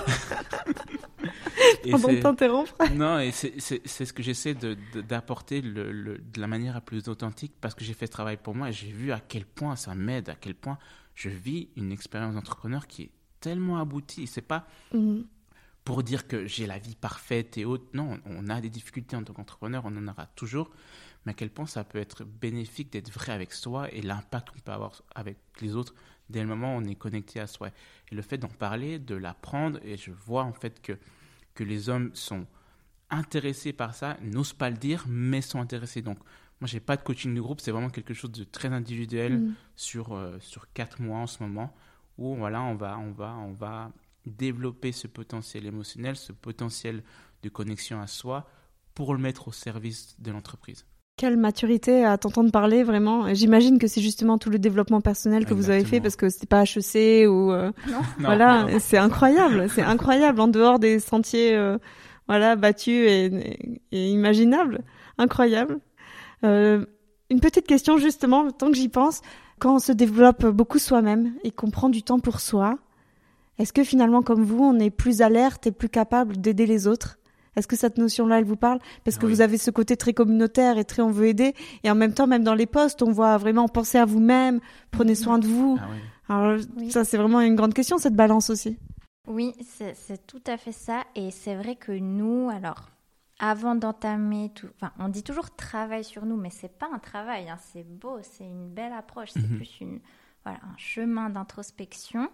Et Pardon de t'interrompre. Non, et c'est, c'est, c'est ce que j'essaie de, de, d'apporter le, le, de la manière la plus authentique, parce que j'ai fait ce travail pour moi et j'ai vu à quel point ça m'aide, à quel point je vis une expérience d'entrepreneur qui est tellement aboutie. C'est pas mmh. pour dire que j'ai la vie parfaite et autres. Non, on a des difficultés en tant qu'entrepreneur, on en aura toujours, mais à quel point ça peut être bénéfique d'être vrai avec soi et l'impact qu'on peut avoir avec les autres dès le moment où on est connecté à soi. Et le fait d'en parler, de l'apprendre, et je vois en fait que que les hommes sont intéressés par ça, n'osent pas le dire, mais sont intéressés. Donc, moi, je n'ai pas de coaching de groupe, c'est vraiment quelque chose de très individuel mmh. sur, euh, sur quatre mois en ce moment, où voilà, on va, on va, on va développer ce potentiel émotionnel, ce potentiel de connexion à soi pour le mettre au service de l'entreprise. Quelle maturité à t'entendre parler, vraiment. J'imagine que c'est justement tout le développement personnel que Exactement. Vous avez fait, parce que c'était pas H E C ou euh, non. voilà, non, non. C'est incroyable, c'est incroyable en dehors des sentiers euh, voilà battus et, et, et imaginables, incroyable. Euh, une petite question justement, tant que j'y pense, quand on se développe beaucoup soi-même et qu'on prend du temps pour soi, est-ce que finalement comme vous, on est plus alerte et plus capable d'aider les autres ? Est-ce que cette notion-là, elle vous parle? Parce que oui. vous avez ce côté très communautaire et très on veut aider. Et en même temps, même dans les postes, on voit vraiment penser à vous-même, prenez soin de vous. Ah, oui. Alors Oui. ça, c'est vraiment une grande question, cette balance aussi. Oui, c'est, c'est tout à fait ça. Et c'est vrai que nous, alors, avant d'entamer tout, enfin, on dit toujours travail sur nous, mais c'est pas un travail, hein, c'est beau, c'est une belle approche, c'est Mhm. plus une, voilà, un chemin d'introspection.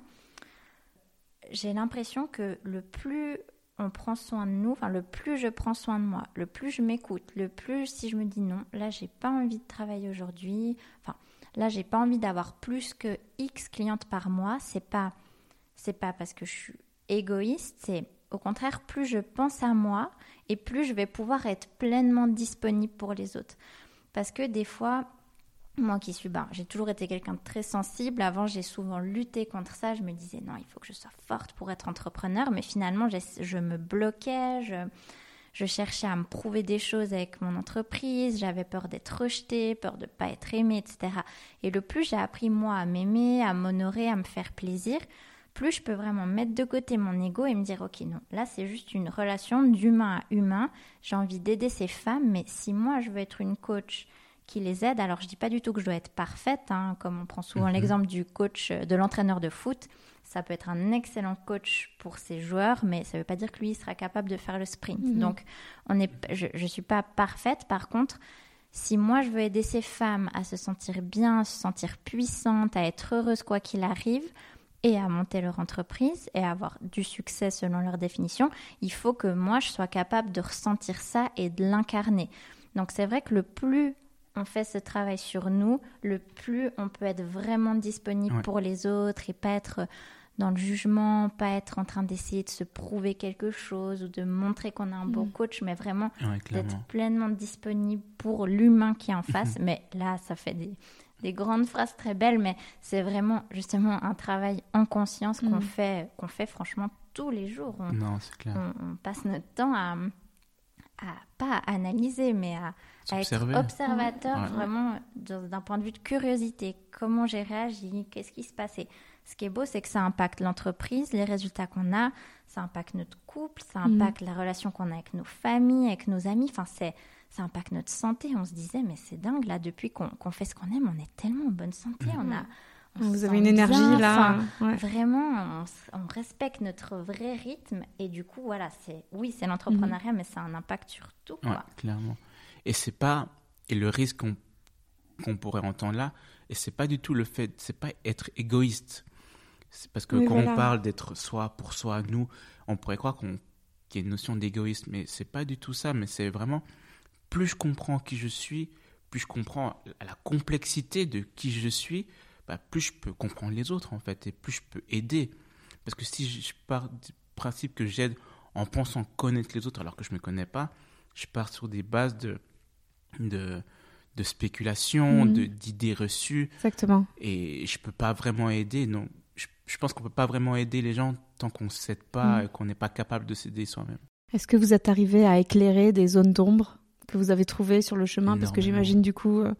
J'ai l'impression que le plus on prend soin de nous, enfin, le plus je prends soin de moi, le plus je m'écoute, le plus si je me dis non, là, j'ai pas envie de travailler aujourd'hui, enfin, là, j'ai pas envie d'avoir plus que X clientes par mois, c'est pas, c'est pas parce que je suis égoïste, c'est au contraire, plus je pense à moi et plus je vais pouvoir être pleinement disponible pour les autres. Parce que des fois, moi qui suis, ben, j'ai toujours été quelqu'un de très sensible. Avant, j'ai souvent lutté contre ça. Je me disais, non, il faut que je sois forte pour être entrepreneur. Mais finalement, j'ai, je me bloquais, je, je cherchais à me prouver des choses avec mon entreprise. J'avais peur d'être rejetée, peur de ne pas être aimée, et cetera. Et le plus j'ai appris, moi, à m'aimer, à m'honorer, à me faire plaisir, plus je peux vraiment mettre de côté mon ego et me dire, ok, non, là, c'est juste une relation d'humain à humain. J'ai envie d'aider ces femmes, mais si moi, je veux être une coach qui les aide, alors je dis pas du tout que je dois être parfaite, hein, comme on prend souvent mm-hmm. l'exemple du coach, de l'entraîneur de foot. Ça peut être un excellent coach pour ses joueurs, mais ça veut pas dire que lui, il sera capable de faire le sprint. Mm-hmm. Donc, on est, je, je suis pas parfaite. Par contre, si moi, je veux aider ces femmes à se sentir bien, à se sentir puissantes, à être heureuses quoi qu'il arrive, et à monter leur entreprise et à avoir du succès selon leur définition, il faut que moi, je sois capable de ressentir ça et de l'incarner. Donc, c'est vrai que le plus on fait ce travail sur nous, le plus on peut être vraiment disponible ouais. pour les autres et pas être dans le jugement, pas être en train d'essayer de se prouver quelque chose ou de montrer qu'on a un bon mmh. coach, mais vraiment ouais, d'être pleinement disponible pour l'humain qui est en face. Mmh. Mais là, ça fait des... des grandes phrases très belles, mais c'est vraiment justement un travail en conscience mmh. qu'on fait, qu'on fait franchement tous les jours. On, non, c'est clair. On, on passe notre temps à, à pas à analyser, mais à, à être observateur ouais. vraiment d'un point de vue de curiosité. Comment j'ai réagi, qu'est-ce qui se passait. Ce qui est beau, c'est que ça impacte l'entreprise, les résultats qu'on a, ça impacte notre couple, ça impacte mmh. la relation qu'on a avec nos familles, avec nos amis. Enfin, c'est ça impacte notre santé. On se disait, mais c'est dingue, là, depuis qu'on, qu'on fait ce qu'on aime, on est tellement en bonne santé. Mmh. On a, on Vous avez une énergie, bien, là. Enfin, ouais. Vraiment, on, on respecte notre vrai rythme. Et du coup, voilà, c'est, oui, c'est l'entrepreneuriat, mmh. mais ça a un impact sur tout. Quoi. Ouais, clairement. Et c'est pas... Et le risque qu'on, qu'on pourrait entendre là, et c'est pas du tout le fait... C'est pas être égoïste. C'est parce que oui, quand voilà. on parle d'être soi pour soi, nous, on pourrait croire qu'on, qu'il y a une notion d'égoïsme. Mais c'est pas du tout ça. Mais c'est vraiment... Plus je comprends qui je suis, plus je comprends la complexité de qui je suis, bah plus je peux comprendre les autres, en fait, et plus je peux aider. Parce que si je pars du principe que j'aide en pensant connaître les autres alors que je ne me connais pas, je pars sur des bases de, de, de spéculation, mmh. de, d'idées reçues. Exactement. Et je ne peux pas vraiment aider. Non, je, je pense qu'on ne peut pas vraiment aider les gens tant qu'on ne s'aide pas mmh. et qu'on n'est pas capable de s'aider soi-même. Est-ce que vous êtes arrivé à éclairer des zones d'ombre que vous avez trouvé sur le chemin? Parce que j'imagine du coup... Euh...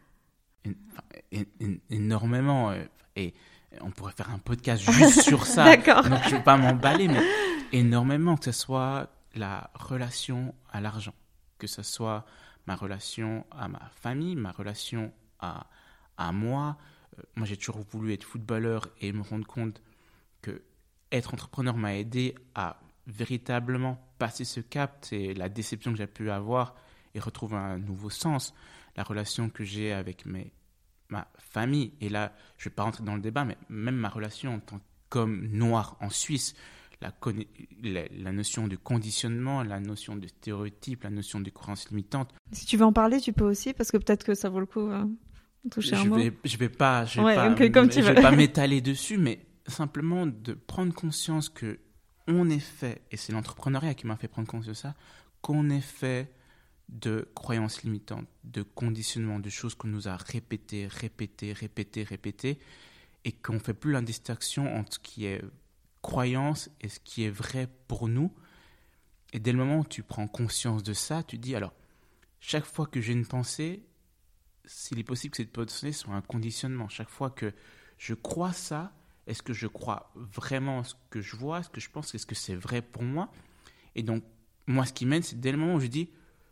É- é- énormément. Et on pourrait faire un podcast juste sur ça. D'accord. Donc je ne vais pas m'emballer, mais énormément, que ce soit la relation à l'argent, que ce soit ma relation à ma famille, ma relation à, à moi. Euh, moi, j'ai toujours voulu être footballeur et me rendre compte que être entrepreneur m'a aidé à véritablement passer ce cap. C'est la déception que j'ai pu avoir et retrouver un nouveau sens. La relation que j'ai avec mes, ma famille, et là, je ne vais pas rentrer dans le débat, mais même ma relation en tant qu'homme noir en Suisse, la, la, la notion de conditionnement, la notion de stéréotype, la notion de croyance limitante. Si tu veux en parler, tu peux aussi, parce que peut-être que ça vaut le coup euh, de toucher je un mot. Vais, je ne vais pas, je vais ouais, pas, okay, comme tu je veux. vais pas m'étaler dessus, mais simplement de prendre conscience qu'on est fait, et c'est l'entrepreneuriat qui m'a fait prendre conscience de ça, qu'on est fait de croyances limitantes, de conditionnement, de choses qu'on nous a répétées, répétées, répétées, répétées, et qu'on ne fait plus la distinction entre ce qui est croyance et ce qui est vrai pour nous. Et dès le moment où tu prends conscience de ça, tu dis, alors, chaque fois que j'ai une pensée, s'il est possible que cette pensée soit un conditionnement. Chaque fois que je crois ça, est-ce que je crois vraiment ce que je vois, ce que je pense, est-ce que c'est vrai pour moi? Et donc, moi, ce qui mène, c'est dès le moment où je dis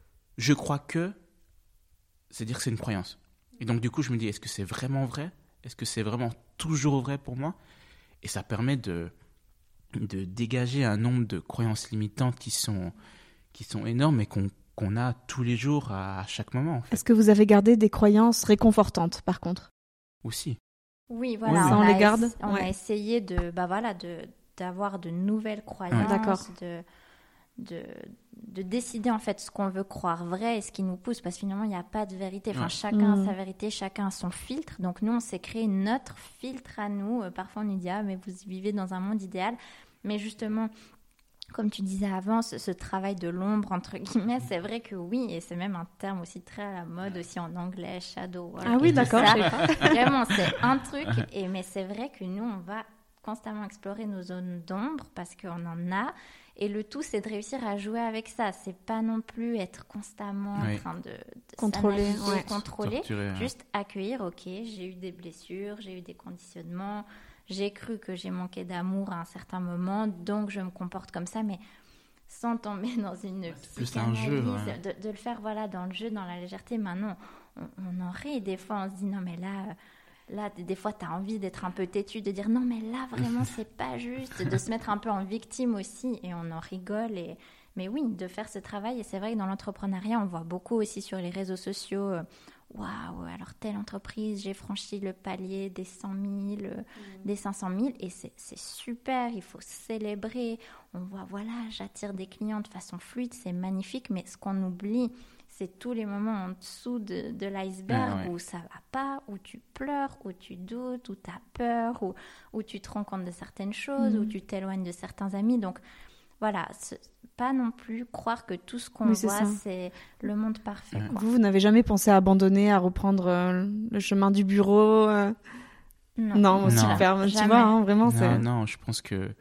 je crois que, c'est-à-dire que c'est une croyance. Et donc, du coup, je me dis est-ce que c'est vraiment vrai ? Est-ce que c'est vraiment toujours vrai pour moi ? Et ça permet de, de dégager un nombre de croyances limitantes qui sont, qui sont énormes et qu'on, qu'on a tous les jours à, à chaque moment. En fait. Est-ce que vous avez gardé des croyances réconfortantes, par contre ? Aussi. Oui, voilà. Oui, ça, on, on les a garde ess- On ouais. a essayé de, bah voilà, de, d'avoir de nouvelles croyances, D'accord. de, de, de décider en fait ce qu'on veut croire vrai et ce qui nous pousse, parce que finalement, il n'y a pas de vérité. Enfin, Ouais. chacun Mm. a sa vérité, chacun a son filtre. Donc, nous, on s'est créé notre filtre à nous. Euh, parfois, on nous dit, ah, mais vous vivez dans un monde idéal. Mais justement, comme tu disais avant, ce, ce travail de l'ombre, entre guillemets, c'est vrai que oui, et c'est même un terme aussi très à la mode aussi en anglais, shadow work. Ah oui, et tout d'accord, ça. je savais pas. Vraiment, c'est un truc, et, mais c'est vrai que nous, on va constamment explorer nos zones d'ombre parce qu'on en a, et le tout, c'est de réussir à jouer avec ça. C'est pas non plus être constamment Oui. en train de, de Contrôler, s'analyser, ouais. contrôler, Torturer, ouais. juste accueillir, ok, j'ai eu des blessures, j'ai eu des conditionnements, j'ai cru que j'ai manqué d'amour à un certain moment, donc je me comporte comme ça, mais sans tomber dans une c'est plus un jeu, psychanalyse, ouais. de, de le faire voilà, dans le jeu, dans la légèreté. Maintenant, on, on en rit, des fois on se dit non mais là, euh, là des, des fois tu as envie d'être un peu têtu, de dire non mais là vraiment c'est pas juste, de se mettre un peu en victime aussi, et on en rigole. Et... Mais oui, de faire ce travail, et c'est vrai que dans l'entrepreneuriat, on voit beaucoup aussi sur les réseaux sociaux, euh, waouh, alors telle entreprise, j'ai franchi le palier des cent mille, euh, mmh. des cinq cent mille, et c'est, c'est super, il faut célébrer. On voit, voilà, j'attire des clients de façon fluide, c'est magnifique, mais ce qu'on oublie, c'est tous les moments en dessous de, de l'iceberg, ah ouais. où ça va pas, où tu pleures, où tu doutes, où tu as peur, où, où tu te rends compte de certaines choses, mmh. où tu t'éloignes de certains amis. Donc voilà, pas non plus croire que tout ce qu'on oui, voit, c'est, c'est le monde parfait. Ouais. Quoi. Vous, vous n'avez jamais pensé à abandonner, à reprendre euh, le chemin du bureau euh... Non, non, non. super, tu vois, hein, vraiment, non, c'est... Non, je pense que...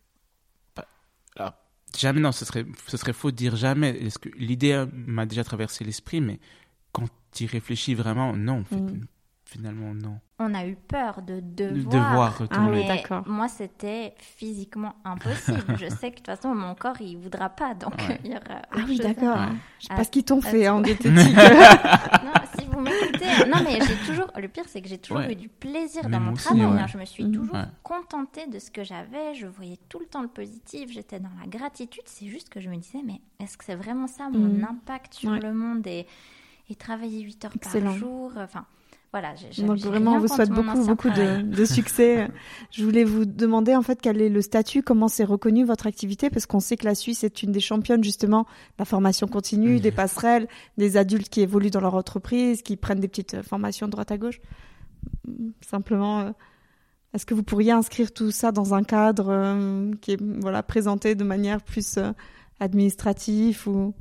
Alors, jamais, non, ce serait, ce serait faux de dire jamais. Est-ce que l'idée m'a déjà traversé l'esprit, mais quand tu y réfléchis vraiment, non, mm. finalement, non. On a eu peur de devoir, de devoir retourner. Ah, mais d'accord. Moi, c'était physiquement impossible. Je sais que de toute façon, mon corps, il ne voudra pas. Donc, ouais. il y aura ah oui, d'accord. À... Je ne sais pas ce qu'ils t'ont fait en diététique. Non, si vous m'écoutez. Non, mais j'ai toujours... Le pire, c'est que j'ai toujours ouais. eu du plaisir Même dans mon aussi, travail. Ouais. Hein. Je me suis mmh. toujours ouais. contentée de ce que j'avais. Je voyais tout le temps le positif. J'étais dans la gratitude. C'est juste que je me disais, mais est-ce que c'est vraiment ça, mon mmh. impact sur ouais. le monde, et, et travailler huit heures Excellent. par jour enfin... Voilà, j'ai, donc vraiment, on vous souhaite beaucoup, beaucoup de, de succès. Je voulais vous demander en fait quel est le statut, comment c'est reconnu votre activité, parce qu'on sait que la Suisse est une des championnes justement de la formation continue, mmh. des passerelles, des adultes qui évoluent dans leur entreprise, qui prennent des petites formations de droite à gauche. Simplement, euh, est-ce que vous pourriez inscrire tout ça dans un cadre euh, qui est voilà, présenté de manière plus euh, administrative ou...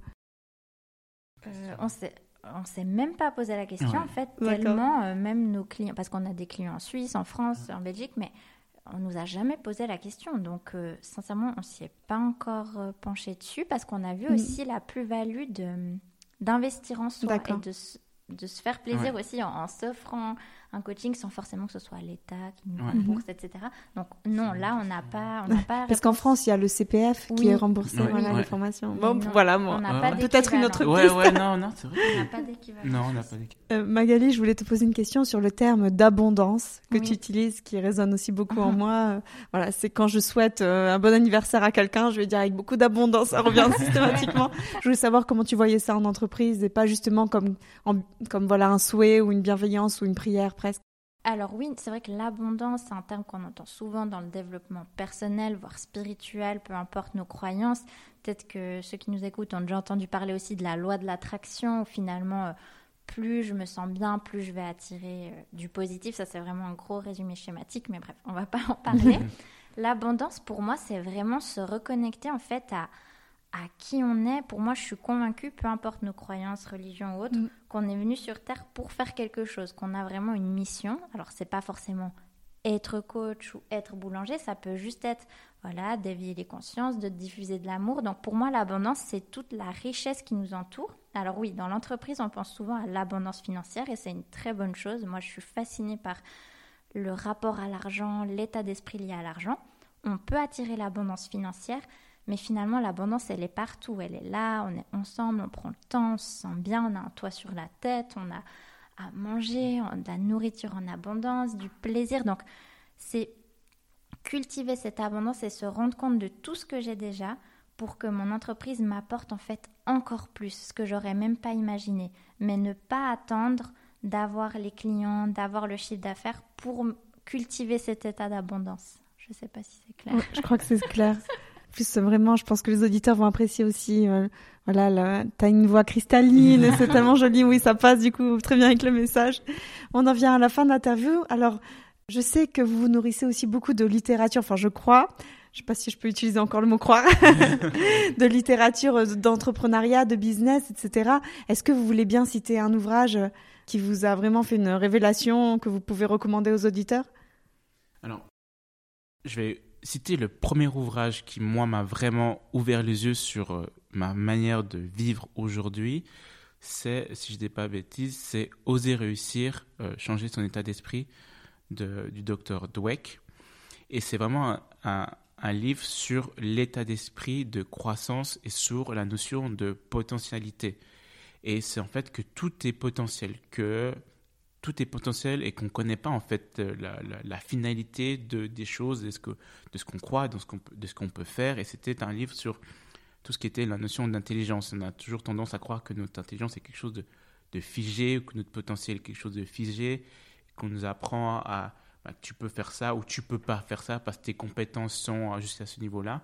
euh, On sait... On ne s'est même pas posé la question, ouais. en fait, D'accord. tellement euh, même nos clients, parce qu'on a des clients en Suisse, en France, en Belgique, mais on ne nous a jamais posé la question. Donc, euh, sincèrement, on ne s'y est pas encore euh, penché dessus, parce qu'on a vu mmh. aussi la plus-value de, d'investir en soi D'accord. et de, de se faire plaisir ouais. aussi en, en s'offrant un coaching sans forcément que ce soit l'État qui nous rembourse, ouais. et cetera. Donc non, là, on n'a pas... On n'a pas Parce qu'en France, il y a le C P F oui. qui est remboursé, ouais. voilà, ouais. les formations. Mais bon, non, voilà, moi. On n'a pas peut-être une autre ouais, piste. Ouais, non, non, c'est vrai. On n'a pas d'équivalent. Non, on n'a pas d'équivalent. Euh, Magali, je voulais te poser une question sur le terme d'abondance que oui. tu utilises, qui résonne aussi beaucoup uh-huh. en moi. Euh, voilà, c'est quand je souhaite euh, un bon anniversaire à quelqu'un, je vais dire avec beaucoup d'abondance, ça revient systématiquement. Je voulais savoir comment tu voyais ça en entreprise et pas justement comme, en, comme voilà, un souhait ou une bienveillance ou une prière presque. Alors oui, c'est vrai que l'abondance, c'est un terme qu'on entend souvent dans le développement personnel, voire spirituel, peu importe nos croyances. Peut-être que ceux qui nous écoutent ont déjà entendu parler aussi de la loi de l'attraction, où finalement, euh, plus je me sens bien, plus je vais attirer euh, du positif. Ça, c'est vraiment un gros résumé schématique, mais bref, on ne va pas en parler. L'abondance, pour moi, c'est vraiment se reconnecter en fait à... à qui on est. Pour moi, je suis convaincue, peu importe nos croyances, religions ou autres, mmh. qu'on est venu sur Terre pour faire quelque chose, qu'on a vraiment une mission. Alors, c'est pas forcément être coach ou être boulanger, ça peut juste être, voilà, d'éveiller les consciences, de diffuser de l'amour. Donc, pour moi, l'abondance, c'est toute la richesse qui nous entoure. Alors oui, dans l'entreprise, on pense souvent à l'abondance financière et c'est une très bonne chose. Moi, je suis fascinée par le rapport à l'argent, l'état d'esprit lié à l'argent. On peut attirer l'abondance financière, Mais finalement, l'abondance, elle est partout. Elle est là, on est ensemble, on prend le temps, on se sent bien, on a un toit sur la tête, on a à manger, on a de la nourriture en abondance, du plaisir. Donc, c'est cultiver cette abondance et se rendre compte de tout ce que j'ai déjà pour que mon entreprise m'apporte en fait encore plus, ce que j'aurais même pas imaginé. Mais ne pas attendre d'avoir les clients, d'avoir le chiffre d'affaires pour cultiver cet état d'abondance. Je sais pas si c'est clair. Ouais, je crois que c'est clair. En plus, vraiment, je pense que les auditeurs vont apprécier aussi. Euh, voilà, là, t'as une voix cristalline, c'est tellement joli. Oui, ça passe du coup très bien avec le message. On en vient à la fin de l'interview. Alors, je sais que vous vous nourrissez aussi beaucoup de littérature. Enfin, je crois. Je sais pas si je peux utiliser encore le mot croire. De littérature, d'entrepreneuriat, de business, et cetera. Est-ce que vous voulez bien citer un ouvrage qui vous a vraiment fait une révélation que vous pouvez recommander aux auditeurs? Alors, je vais citer le premier ouvrage qui, moi, m'a vraiment ouvert les yeux sur euh, ma manière de vivre aujourd'hui. C'est, si je ne dis pas bêtise, c'est « Oser réussir, euh, changer son état d'esprit » de, du docteur Dweck. Et c'est vraiment un, un, un livre sur l'état d'esprit de croissance et sur la notion de potentialité. Et c'est en fait que tout est potentiel, que tout est potentiel et qu'on ne connaît pas en fait la, la, la finalité de, des choses, de ce, que, de ce qu'on croit, de ce qu'on, de ce qu'on peut faire. Et c'était un livre sur tout ce qui était la notion d'intelligence. On a toujours tendance à croire que notre intelligence est quelque chose de, de figé, ou que notre potentiel est quelque chose de figé, qu'on nous apprend à, bah, tu peux faire ça ou tu peux pas faire ça parce que tes compétences sont juste à ce niveau-là.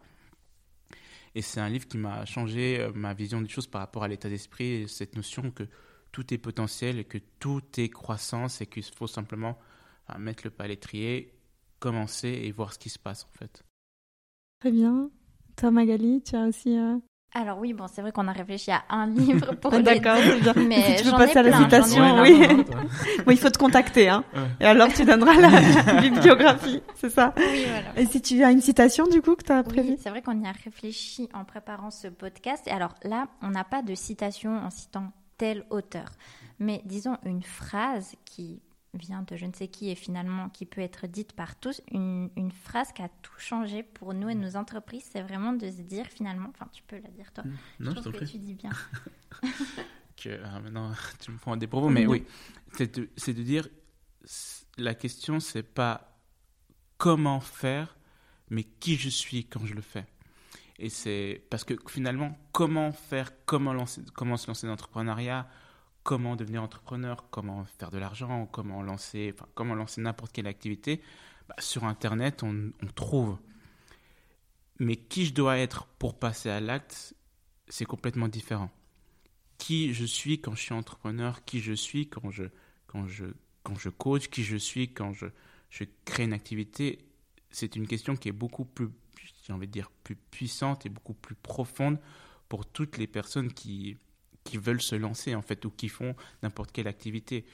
Et c'est un livre qui m'a changé ma vision des choses par rapport à l'état d'esprit et cette notion que tout est potentiel et que tout est croissance et qu'il faut simplement enfin, mettre le pas à l'étrier, commencer et voir ce qui se passe en fait. Très bien. Toi Magali, tu as aussi... Euh... Alors oui, bon, c'est vrai qu'on a réfléchi à un livre pour les D'accord, deux, bien. Mais si tu veux j'en passer ai à la plein, citation, j'en ai oui. plein. Bon, il faut te contacter, hein. Ouais. Et alors tu donneras la bibliographie, c'est ça. Oui, voilà. Et si tu as une citation du coup que tu as prévue? Oui, c'est vrai qu'on y a réfléchi en préparant ce podcast. Et alors là, on n'a pas de citation en citant tel auteur. Mais disons une phrase qui vient de je ne sais qui et finalement qui peut être dite par tous, une, une phrase qui a tout changé pour nous et nos entreprises, c'est vraiment de se dire finalement, enfin tu peux la dire toi, non, je trouve je que tu dis bien. que, ah, maintenant tu me prends des propos, mais oui, c'est de, c'est de dire, la question c'est pas comment faire, mais qui je suis quand je le fais. Et c'est parce que finalement, comment faire, comment, lancer, comment se lancer dans l'entrepreneuriat, comment devenir entrepreneur, comment faire de l'argent, comment lancer, enfin, comment lancer n'importe quelle activité, bah, sur Internet, on, on trouve. Mais qui je dois être pour passer à l'acte, c'est complètement différent. Qui je suis quand je suis entrepreneur, qui je suis quand je, quand je, quand je coach, qui je suis quand je, je crée une activité, c'est une question qui est beaucoup plus, j'ai envie de dire, plus puissante et beaucoup plus profonde pour toutes les personnes qui... qui veulent se lancer en fait ou qui font n'importe quelle activité.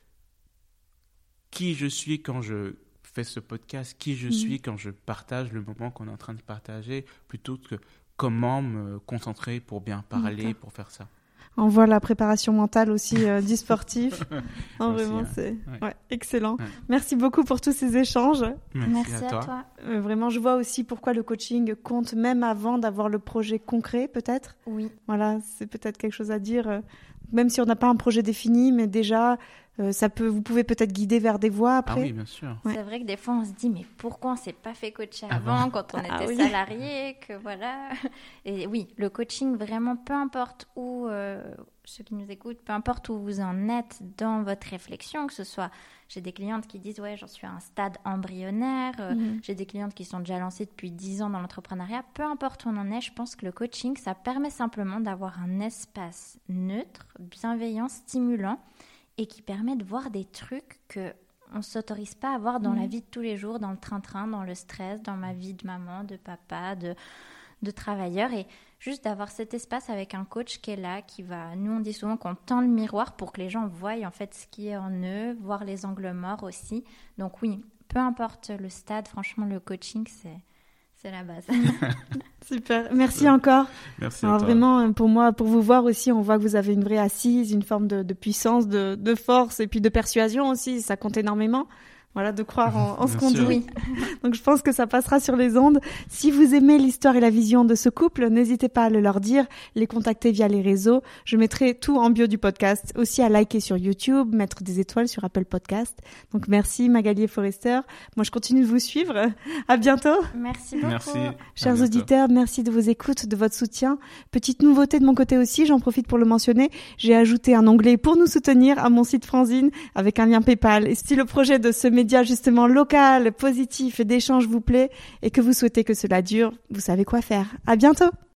Qui je suis quand je fais ce podcast, qui je mmh. suis quand je partage le moment qu'on est en train de partager, plutôt que comment me concentrer pour bien parler, D'accord. pour faire ça. On voit la préparation mentale aussi euh, du sportif. Non, Merci, vraiment, ouais. c'est ouais. Ouais, excellent. Ouais. Merci beaucoup pour tous ces échanges. Merci, Merci à toi. À toi. Euh, vraiment, je vois aussi pourquoi le coaching compte même avant d'avoir le projet concret, peut-être. Oui. Voilà, c'est peut-être quelque chose à dire. Euh, même si on n'a pas un projet défini, mais déjà, euh, ça peut, vous pouvez peut-être guider vers des voies après. Ah oui, bien sûr. Ouais. C'est vrai que des fois, on se dit, mais pourquoi on ne s'est pas fait coacher avant, avant quand on était ah, oui. salarié, que voilà. Et oui, le coaching, vraiment, peu importe où, euh, ceux qui nous écoutent, peu importe où vous en êtes dans votre réflexion, que ce soit, j'ai des clientes qui disent, ouais, j'en suis à un stade embryonnaire, euh, mm-hmm. j'ai des clientes qui sont déjà lancées depuis dix ans dans l'entrepreneuriat, peu importe où on en est, je pense que le coaching, ça permet simplement d'avoir un espace neutre, bienveillant, stimulant, et qui permet de voir des trucs que on ne s'autorise pas à voir dans mmh. la vie de tous les jours, dans le train-train, dans le stress, dans ma vie de maman, de papa, de, de travailleur. Et juste d'avoir cet espace avec un coach qui est là, qui va... Nous, on dit souvent qu'on tend le miroir pour que les gens voient en fait ce qui est en eux, voir les angles morts aussi. Donc oui, peu importe le stade, franchement, le coaching, c'est... C'est la base. Super. Merci encore. Merci Alors à toi. Vraiment, pour moi, pour vous voir aussi, on voit que vous avez une vraie assise, une forme de, de puissance, de, de force et puis de persuasion aussi. Ça compte énormément. Voilà, de croire en, en ce Bien qu'on dit. sûr. Oui. Donc je pense que ça passera sur les ondes. Si vous aimez l'histoire et la vision de ce couple, n'hésitez pas à le leur dire, les contacter via les réseaux. Je mettrai tout en bio du podcast, aussi à liker sur YouTube, mettre des étoiles sur Apple Podcast. Donc merci Magali et Forrester. Moi je continue de vous suivre. À bientôt. Merci beaucoup. Merci. À Chers bientôt. auditeurs, merci de vos écoutes, de votre soutien. Petite nouveauté de mon côté aussi, j'en profite pour le mentionner. J'ai ajouté un onglet pour nous soutenir à mon site Franzine avec un lien PayPal. Et si le projet de ce média justement local, positif et d'échange vous plaît et que vous souhaitez que cela dure, vous savez quoi faire. À bientôt!